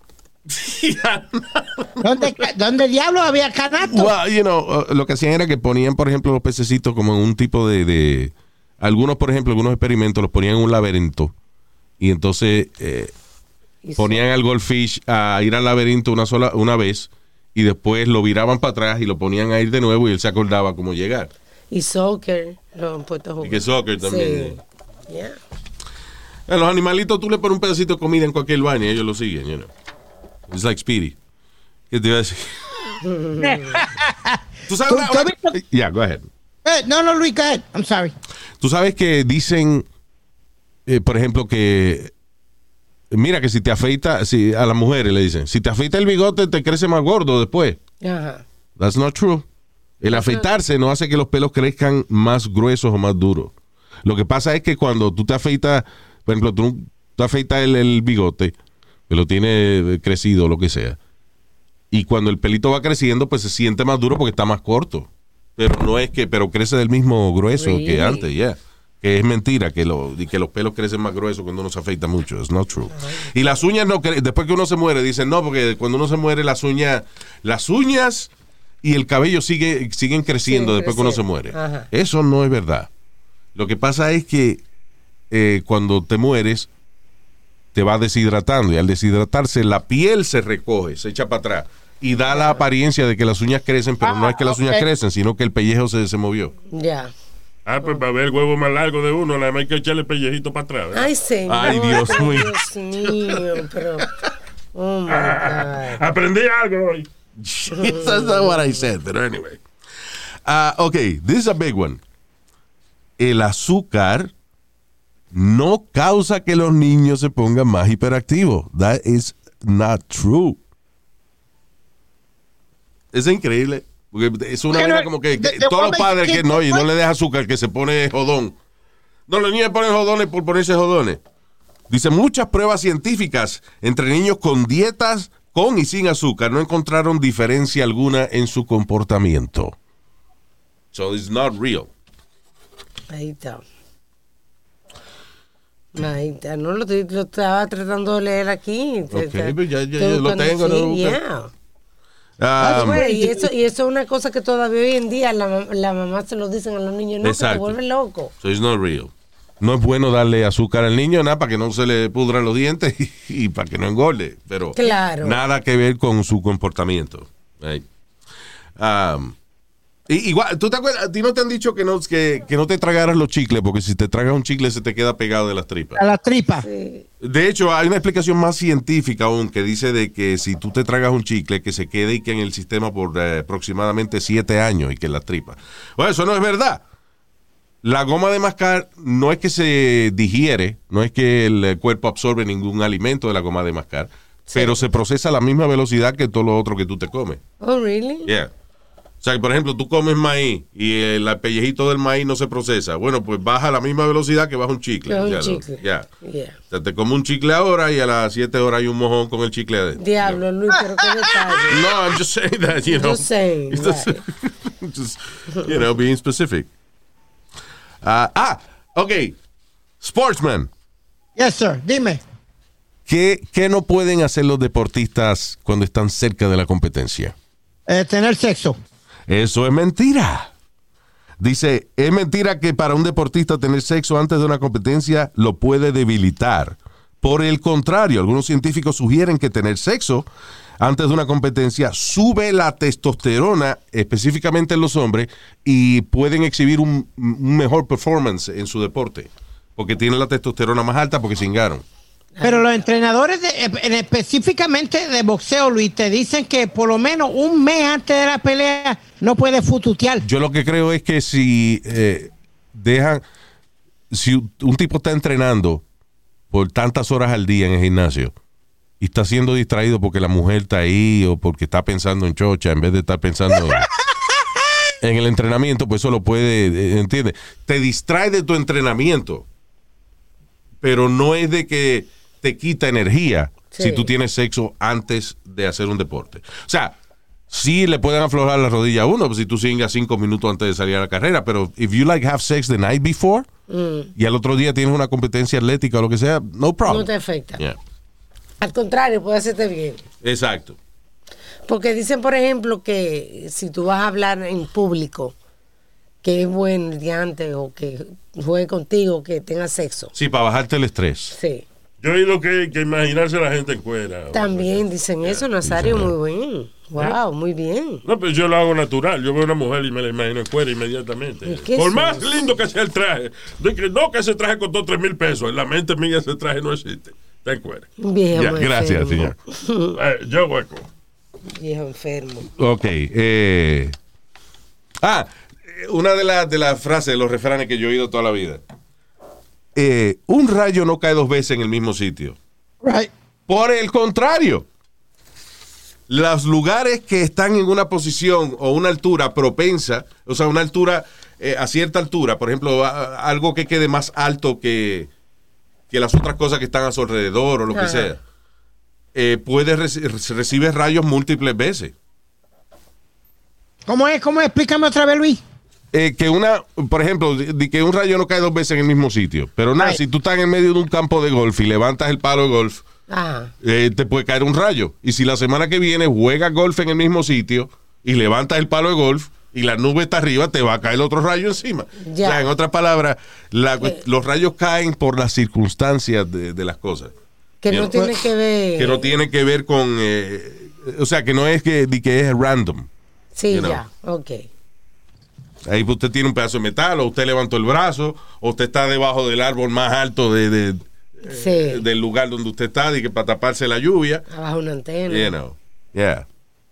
[SPEAKER 3] ¿Dónde, dónde diablos había canasto?
[SPEAKER 2] Well, you know, uh, lo que hacían era que ponían, por ejemplo, los pececitos como en un tipo de, de algunos, por ejemplo, algunos experimentos los ponían en un laberinto y entonces eh,
[SPEAKER 5] Y
[SPEAKER 2] ponían al goldfish a ir al laberinto una sola una vez y después lo viraban para atrás y lo ponían a ir de nuevo y él se acordaba cómo llegar.
[SPEAKER 5] Y soccer lo han puesto a jugar.
[SPEAKER 2] Y que soccer también.
[SPEAKER 5] Sí. Yeah.
[SPEAKER 2] A los animalitos tú le pones un pedacito de comida en cualquier baño y ellos lo siguen, you know. It's like Speedy. ¿Qué te iba a decir? ¿Tú sabes?
[SPEAKER 3] ¿Tú-
[SPEAKER 2] una-
[SPEAKER 3] tú has
[SPEAKER 2] una-
[SPEAKER 3] visto-
[SPEAKER 2] Yeah, go ahead.
[SPEAKER 3] Eh, no, no, Luis, go ahead. I'm sorry.
[SPEAKER 2] Tú sabes que dicen, eh, por ejemplo, que mira que si te afeita, si a las mujeres le dicen, si te afeita el bigote te crece más gordo después.
[SPEAKER 5] Ajá.
[SPEAKER 2] That's not true. El afeitarse no hace que los pelos crezcan más gruesos o más duros. Lo que pasa es que cuando tú te afeitas, por ejemplo, tú te afeitas el, el bigote, que lo tiene crecido o lo que sea, y cuando el pelito va creciendo, pues se siente más duro porque está más corto. Pero no es que, pero crece del mismo grueso
[SPEAKER 5] Really?
[SPEAKER 2] que antes, ya. Yeah. Que es mentira que, lo, y que los pelos crecen más gruesos cuando uno se afeita mucho. It's not true. Y las uñas no cre- después que uno se muere, dicen no, porque cuando uno se muere las uñas, las uñas y el cabello sigue, siguen creciendo
[SPEAKER 5] Siguen
[SPEAKER 2] después que uno se
[SPEAKER 5] creciendo.
[SPEAKER 2] muere.
[SPEAKER 5] Ajá.
[SPEAKER 2] Eso no es verdad. Lo que pasa es que eh, cuando te mueres, te va deshidratando y al deshidratarse la piel se recoge, se echa para atrás y da la apariencia de que las uñas crecen, pero no es que las uñas
[SPEAKER 3] ok.
[SPEAKER 2] crecen, sino que el pellejo se, se movió.
[SPEAKER 5] Ya.
[SPEAKER 4] Ah, pues para ver el huevo más largo de uno, nada más hay que echarle pellejito para atrás. ¿verdad?
[SPEAKER 5] Ay, señor.
[SPEAKER 2] Ay, Dios mío.
[SPEAKER 5] Dios mío, pero... Oh, my God.
[SPEAKER 4] Aprendí algo hoy.
[SPEAKER 2] That's not what I said, but anyway. Uh, okay, this is a big one. El azúcar no causa que los niños se pongan más hiperactivos. That is not true. Es increíble. Porque es una
[SPEAKER 3] Pero,
[SPEAKER 2] vaina como que, que
[SPEAKER 3] de- de
[SPEAKER 2] todos los
[SPEAKER 3] forma
[SPEAKER 2] padres
[SPEAKER 3] que-
[SPEAKER 2] que no, y no le deja azúcar, que se pone jodón. No, los niños ponen jodones por ponerse jodones. Dice, muchas pruebas científicas entre niños con dietas con y sin azúcar no encontraron diferencia alguna en su comportamiento. So it's not real.
[SPEAKER 5] Ahí está. Ahí está. No, lo, estoy- lo estaba tratando de leer aquí.
[SPEAKER 2] Ok,
[SPEAKER 5] Está-
[SPEAKER 2] pues ya- ya-
[SPEAKER 5] estoy
[SPEAKER 2] ya lo
[SPEAKER 5] buscando-
[SPEAKER 2] tengo, no
[SPEAKER 5] sí,
[SPEAKER 2] lo busco.
[SPEAKER 5] yeah.
[SPEAKER 2] Um,
[SPEAKER 5] Güey, y eso, y eso es una cosa que todavía hoy en día la, mam- la mamá se lo dicen a los niños, no, que te
[SPEAKER 2] Exacto.
[SPEAKER 5] vuelve loco.
[SPEAKER 2] so it's not real. No es bueno darle azúcar al niño, nada, para que no se le pudran los dientes y, y para que no engorde. Pero
[SPEAKER 5] Claro.
[SPEAKER 2] nada que ver con su comportamiento. Right. Um, y- igual, ¿tú te acuerdas? A ti no te han dicho que no, que, que no te tragaras los chicles, porque si te tragas un chicle se te queda pegado de las tripas.
[SPEAKER 3] A la tripa.
[SPEAKER 5] Sí.
[SPEAKER 2] De hecho, hay una explicación más científica aún que dice de que si tú te tragas un chicle, que se quede y que en el sistema por eh, aproximadamente siete años y que en las tripas. Bueno, eso no es verdad. La goma de mascar no es que se digiere, no es que el cuerpo absorbe ningún alimento de la goma de mascar, pero se procesa a la misma velocidad que todo lo otro que tú te comes.
[SPEAKER 5] Oh, really?
[SPEAKER 2] Yeah. O sea, que, por ejemplo, tú comes maíz y el pellejito del maíz no se procesa. Bueno, pues baja a la misma velocidad que baja un chicle.
[SPEAKER 5] Que un
[SPEAKER 2] Ya lo-
[SPEAKER 5] chicle.
[SPEAKER 2] ya.
[SPEAKER 5] Yeah.
[SPEAKER 2] O sea, te comes un chicle ahora y a las siete horas hay un mojón con el chicle adentro.
[SPEAKER 5] Diablo, Luis, pero qué detalle.
[SPEAKER 2] No, I'm just saying that, you know.
[SPEAKER 5] Just saying,
[SPEAKER 2] Just,
[SPEAKER 5] right.
[SPEAKER 2] just, you know, being specific. Ah, ah, ok. Sportsman.
[SPEAKER 3] Yes, sir. Dime.
[SPEAKER 2] ¿Qué, ¿Qué no pueden hacer los deportistas cuando están cerca de la competencia?
[SPEAKER 3] Eh, tener sexo.
[SPEAKER 2] Eso es mentira. Dice, es mentira que para un deportista tener sexo antes de una competencia lo puede debilitar. Por el contrario, algunos científicos sugieren que tener sexo antes de una competencia sube la testosterona, específicamente en los hombres, y pueden exhibir un, un mejor performance en su deporte. porque tienen la testosterona más alta porque cingaron.
[SPEAKER 3] Pero los entrenadores de, en específicamente de boxeo, Luis, te dicen que por lo menos un mes antes de la pelea no puedes fututear.
[SPEAKER 2] Yo lo que creo es que si eh, dejan, si un tipo está entrenando por tantas horas al día en el gimnasio y está siendo distraído porque la mujer está ahí o porque está pensando en chocha en vez de estar pensando en, en el entrenamiento, pues eso lo puede, ¿entiendes? Te distrae de tu entrenamiento, pero no es de que te quita energía
[SPEAKER 5] Sí.
[SPEAKER 2] si tú tienes sexo antes de hacer un deporte. O sea, sí le pueden aflojar la rodilla a uno pues, si tú singas cinco minutos antes de salir a la carrera, pero if you like have sex the night before
[SPEAKER 5] Mm.
[SPEAKER 2] y al otro día tienes una competencia atlética o lo que sea, no problem.
[SPEAKER 5] No te afecta.
[SPEAKER 2] Yeah.
[SPEAKER 5] Al contrario, puede hacerte bien.
[SPEAKER 2] Exacto.
[SPEAKER 5] Porque dicen, por ejemplo, que si tú vas a hablar en público, que es buen diante o que juegue contigo, que tenga sexo.
[SPEAKER 2] Sí, para bajarte el estrés.
[SPEAKER 5] Sí.
[SPEAKER 4] Yo he oído que, que imaginarse a la gente en cuera.
[SPEAKER 5] También dicen eso, Nazario, muy bien. Wow, muy bien.
[SPEAKER 4] No, pero yo lo hago natural. Yo veo a una mujer y me la imagino en cuera inmediatamente.
[SPEAKER 5] ¿Y qué
[SPEAKER 4] Por
[SPEAKER 5] es
[SPEAKER 4] más
[SPEAKER 5] eso?
[SPEAKER 4] lindo que sea el traje. De que, no, que ese traje costó tres mil pesos. En la mente mía ese traje no existe. Está en cuera.
[SPEAKER 5] Viejo
[SPEAKER 2] Ya,
[SPEAKER 5] enfermo.
[SPEAKER 2] gracias, señor.
[SPEAKER 4] Eh, yo hueco.
[SPEAKER 5] Viejo enfermo.
[SPEAKER 2] Ok. Eh. Ah, una de, las de las frases, de los refranes que yo he oído toda la vida. Eh, un rayo no cae dos veces en el mismo sitio.
[SPEAKER 3] Right.
[SPEAKER 2] Por el contrario, los lugares que están en una posición o una altura propensa, o sea, una altura, eh, a cierta altura, por ejemplo, a- a- algo que quede más alto que, que las otras cosas que están a su alrededor o lo que
[SPEAKER 5] Ajá.
[SPEAKER 2] sea, eh, puede reci- recibir rayos múltiples veces.
[SPEAKER 3] ¿Cómo es? ¿Cómo es? Explícame otra vez, Luis.
[SPEAKER 2] Eh, que una, por ejemplo, de, de que un rayo no cae dos veces en el mismo sitio. Pero nada,
[SPEAKER 3] Right.
[SPEAKER 2] si tú estás en medio de un campo de golf y levantas el palo de golf,
[SPEAKER 5] Ajá.
[SPEAKER 2] eh, te puede caer un rayo. Y si la semana que viene juegas golf en el mismo sitio y levantas el palo de golf y la nube está arriba, te va a caer otro rayo encima.
[SPEAKER 5] Ya.
[SPEAKER 2] O sea, en otras palabras, la-
[SPEAKER 5] Eh.
[SPEAKER 2] los rayos caen por las circunstancias de, de las cosas.
[SPEAKER 5] Que
[SPEAKER 2] Bien.
[SPEAKER 5] no tiene que ver.
[SPEAKER 2] Que no tiene que ver con... eh, o sea, que no es que, de que es random.
[SPEAKER 5] Sí,
[SPEAKER 2] you know.
[SPEAKER 5] ya. Ok.
[SPEAKER 2] Ahí usted tiene un pedazo de metal, o usted levantó el brazo, o usted está debajo del árbol más alto de, de-
[SPEAKER 5] Sí.
[SPEAKER 2] del lugar donde usted está, y que para taparse la lluvia.
[SPEAKER 5] Abajo una antena.
[SPEAKER 2] You know. Yeah.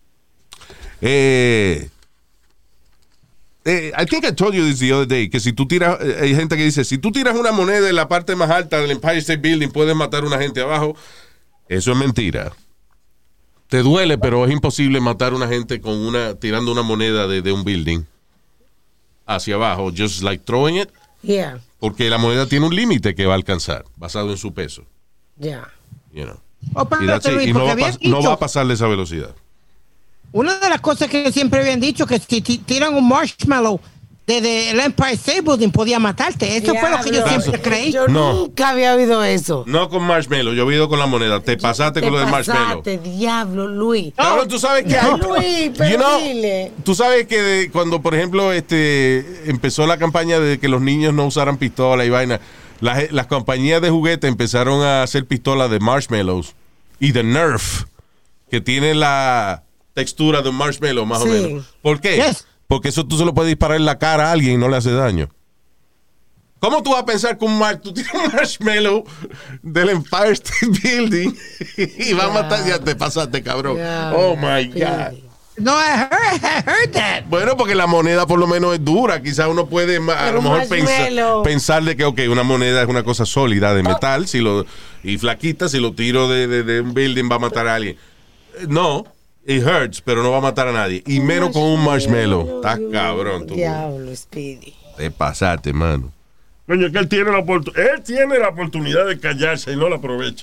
[SPEAKER 2] Eh, eh, I think I told you this the other day, que si tú tiras, eh, hay gente que dice, si tú tiras una moneda en la parte más alta del Empire State Building, puedes matar a una gente abajo. Eso es mentira. Te duele, pero es imposible matar a una gente con una, tirando una moneda de, de un building hacia abajo, just like throwing it,
[SPEAKER 5] Yeah.
[SPEAKER 2] porque la moneda tiene un límite que va a alcanzar, basado en su peso.
[SPEAKER 5] Ya.
[SPEAKER 2] You know.
[SPEAKER 3] Oh,
[SPEAKER 2] Y, that's
[SPEAKER 3] espérate,
[SPEAKER 2] it.
[SPEAKER 3] Luis,
[SPEAKER 2] Y no,
[SPEAKER 3] porque
[SPEAKER 2] va a
[SPEAKER 3] habían
[SPEAKER 2] pas- no
[SPEAKER 3] dicho-
[SPEAKER 2] va a pasar de esa velocidad.
[SPEAKER 3] Una de las cosas que siempre habían dicho que si ti- tiran un marshmallow desde el Empire State Building podía matarte. Eso fue lo que yo
[SPEAKER 5] Diablo.
[SPEAKER 3] siempre creí.
[SPEAKER 5] Yo
[SPEAKER 2] No.
[SPEAKER 5] nunca había oído eso.
[SPEAKER 2] No con marshmallow, yo he ido con la moneda. Te pasaste
[SPEAKER 5] Te
[SPEAKER 2] con lo del marshmallow.
[SPEAKER 5] pasaste, diablo, Luis.
[SPEAKER 2] Cabrón, tú sabes que
[SPEAKER 5] Ya, Luis, pero
[SPEAKER 2] You know,
[SPEAKER 5] dile.
[SPEAKER 2] tú sabes que de- cuando, por ejemplo, este empezó la campaña de que los niños no usaran pistola y vaina, las, las compañías de juguetes empezaron a hacer pistolas de marshmallows y de Nerf, que tiene la textura de un marshmallow, más
[SPEAKER 5] Sí.
[SPEAKER 2] o menos. ¿Por qué?
[SPEAKER 3] Yes.
[SPEAKER 2] Porque eso tú se lo puedes disparar en la cara a alguien y no le hace daño. ¿Cómo tú vas a pensar que un mar tú tienes un marshmallow del Empire State Building y va a matar? Ya te pasaste, cabrón.
[SPEAKER 5] Ya,
[SPEAKER 2] Oh my
[SPEAKER 5] Speedy.
[SPEAKER 2] God.
[SPEAKER 3] No, I heard, I heard that.
[SPEAKER 2] Bueno, porque la moneda por lo menos es dura. Quizás uno puede ma- a
[SPEAKER 5] Pero
[SPEAKER 2] lo
[SPEAKER 5] un
[SPEAKER 2] mejor pensar,
[SPEAKER 5] marshmallow.
[SPEAKER 2] pensar de que, ok, una moneda es una cosa sólida de metal si lo, y flaquita. Si lo tiro de, de- de un building va a matar a alguien. Eh, No, it hurts, pero no va a matar a nadie. Y menos con un marshmallow. Estás cabrón tú.
[SPEAKER 5] Diablo, Speedy.
[SPEAKER 2] Te pasaste, mano.
[SPEAKER 4] Coño, que él tiene la oportunidad. Él tiene la oportunidad de callarse y no la aprovecha.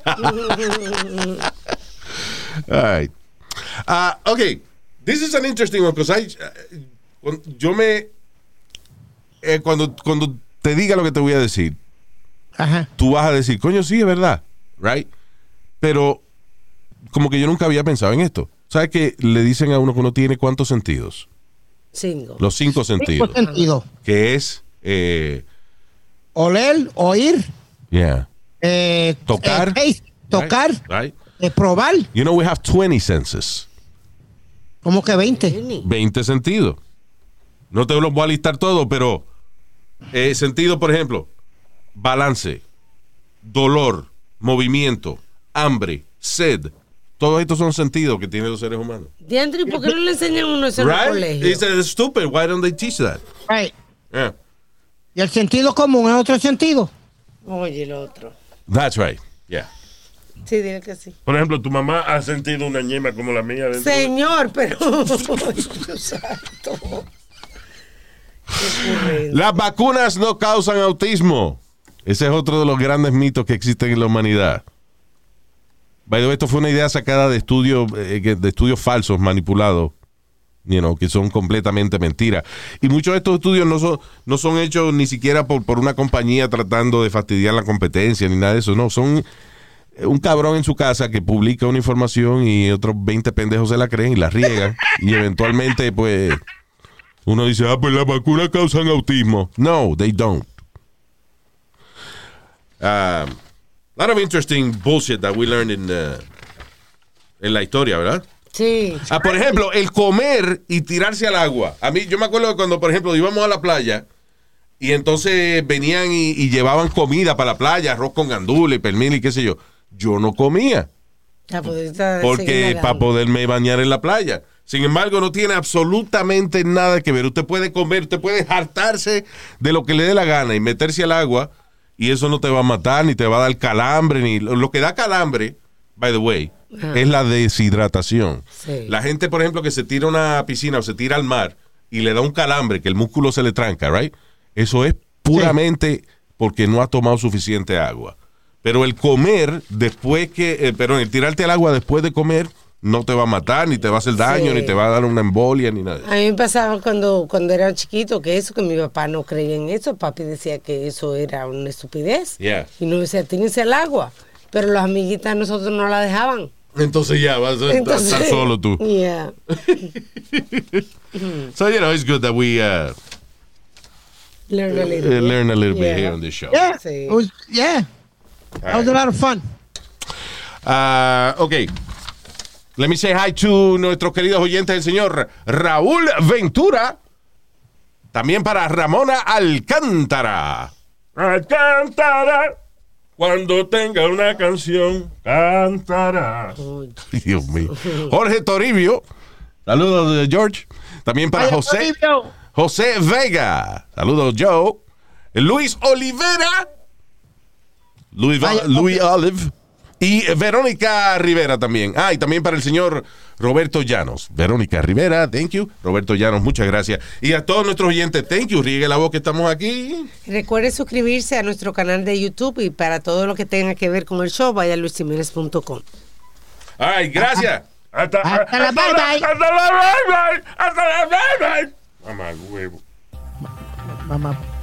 [SPEAKER 2] All right. Ah, okay. This is an interesting one because I, uh, cuando- yo me eh, cuando cuando te diga lo que te voy a decir,
[SPEAKER 3] Ajá.
[SPEAKER 2] tú vas a decir, coño, sí, es verdad, right? Pero como que yo nunca había pensado en esto. ¿Sabes que le dicen a uno que uno tiene cuántos sentidos?
[SPEAKER 5] Cinco.
[SPEAKER 2] Los cinco sentidos.
[SPEAKER 3] Cinco sentidos.
[SPEAKER 2] Que es, eh,
[SPEAKER 3] Oler, oír,
[SPEAKER 2] yeah,
[SPEAKER 3] eh,
[SPEAKER 2] Tocar.
[SPEAKER 3] eh, taste, tocar,
[SPEAKER 2] right, right.
[SPEAKER 3] eh, probar,
[SPEAKER 2] You know, we have twenty senses.
[SPEAKER 3] como que veinte.
[SPEAKER 2] veinte sentidos. No te los voy a listar todos, pero eh, sentido, por ejemplo, balance, dolor, movimiento, hambre, sed. Todos estos son sentidos que tienen los seres humanos.
[SPEAKER 5] Diandri, ¿por qué no le enseñan uno eso en el
[SPEAKER 2] Right?
[SPEAKER 5] colegio?
[SPEAKER 2] It's uh, stupid. Why don't they teach that?
[SPEAKER 3] Right.
[SPEAKER 2] Yeah.
[SPEAKER 3] Y el sentido común es otro sentido.
[SPEAKER 5] Oye, el otro.
[SPEAKER 2] That's right. Yeah.
[SPEAKER 5] Sí, dile que sí.
[SPEAKER 4] Por ejemplo, tu mamá ha sentido una ñema como la mía. Dentro
[SPEAKER 5] Señor, pero... Dios santo.
[SPEAKER 2] Las vacunas no causan autismo. Ese es otro de los grandes mitos que existen en la humanidad. By the way, esto fue una idea sacada de estudios eh, de estudios falsos, manipulados, you know, que son completamente mentiras. Y muchos de estos estudios no son, no son hechos ni siquiera por, por una compañía tratando de fastidiar la competencia ni nada de eso. No, son un cabrón en su casa que publica una información y otros veinte pendejos se la creen y la riegan. Y eventualmente, pues, uno dice, ah, pues las vacunas causan autismo. No, they don't. Um, A lot of interesting bullshit that we learned in, uh, en la historia, ¿verdad?
[SPEAKER 5] Sí.
[SPEAKER 2] Ah, por ejemplo, el comer y tirarse al agua. A mí, yo me acuerdo de cuando, por ejemplo, íbamos a la playa y entonces venían y, y llevaban comida para la playa, arroz con gandules, pernil y qué sé yo. Yo no comía.
[SPEAKER 5] Ya, pues, está-
[SPEAKER 2] Porque
[SPEAKER 5] seguir
[SPEAKER 2] para
[SPEAKER 5] nadando.
[SPEAKER 2] poderme bañar en la playa. Sin embargo, no tiene absolutamente nada que ver. Usted puede comer, usted puede hartarse de lo que le dé la gana y meterse al agua y eso no te va a matar, ni te va a dar calambre, ni lo que da calambre, by the way,
[SPEAKER 5] Ah.
[SPEAKER 2] es la deshidratación.
[SPEAKER 5] Sí.
[SPEAKER 2] La gente, por ejemplo, que se tira a una piscina o se tira al mar y le da un calambre, que el músculo se le tranca, right? Eso es puramente porque no ha tomado suficiente agua. Pero el comer después que, eh, pero el tirarte al agua después de comer no te va a matar, ni te va a hacer daño,
[SPEAKER 5] Sí.
[SPEAKER 2] ni te va a dar una embolia, ni nada.
[SPEAKER 5] A mí me pasaba cuando, cuando era chiquito que eso, que mi papá no creía en eso. Papi decía que eso era una estupidez.
[SPEAKER 2] Yeah.
[SPEAKER 5] Y no decía, tírense al agua. Pero las amiguitas de nosotros no la dejaban.
[SPEAKER 2] Entonces ya vas a
[SPEAKER 5] Entonces,
[SPEAKER 2] estar solo tú.
[SPEAKER 5] Yeah.
[SPEAKER 2] So, you know, it's good that we uh,
[SPEAKER 5] Learn a
[SPEAKER 2] uh,
[SPEAKER 5] little bit.
[SPEAKER 2] learn a little bit
[SPEAKER 5] Yeah.
[SPEAKER 2] here on this show.
[SPEAKER 3] Yeah.
[SPEAKER 5] Sí.
[SPEAKER 3] It was, yeah. That was a lot of fun.
[SPEAKER 2] Uh, ok. Let me say hi to nuestros queridos oyentes, el señor Raúl Ventura. También para Ramona Alcántara.
[SPEAKER 4] Cantará cuando tenga una canción. Cantará.
[SPEAKER 2] Dios mío. Jorge Toribio. Saludos, eh, George. También para
[SPEAKER 3] Vaya,
[SPEAKER 2] José.
[SPEAKER 3] Toribio.
[SPEAKER 2] José Vega. Saludos, Joe. Luis Olivera. Luis,
[SPEAKER 3] Vaya,
[SPEAKER 2] Luis Olive. Y Verónica Rivera también. Ah, y también para el señor Roberto Llanos. Verónica Rivera, thank you. Roberto Llanos, muchas gracias. Y a todos nuestros oyentes, thank you. Riegue la voz que estamos aquí.
[SPEAKER 5] Recuerde suscribirse a nuestro canal de YouTube y para todo lo que tenga que ver con el show, vaya a luis jiménez punto com.
[SPEAKER 2] Ay, gracias.
[SPEAKER 4] Hasta,
[SPEAKER 3] Hasta la bye, bye.
[SPEAKER 4] Hasta la bye bye. Hasta la bye bye. Mamá, huevo.
[SPEAKER 3] Mamá.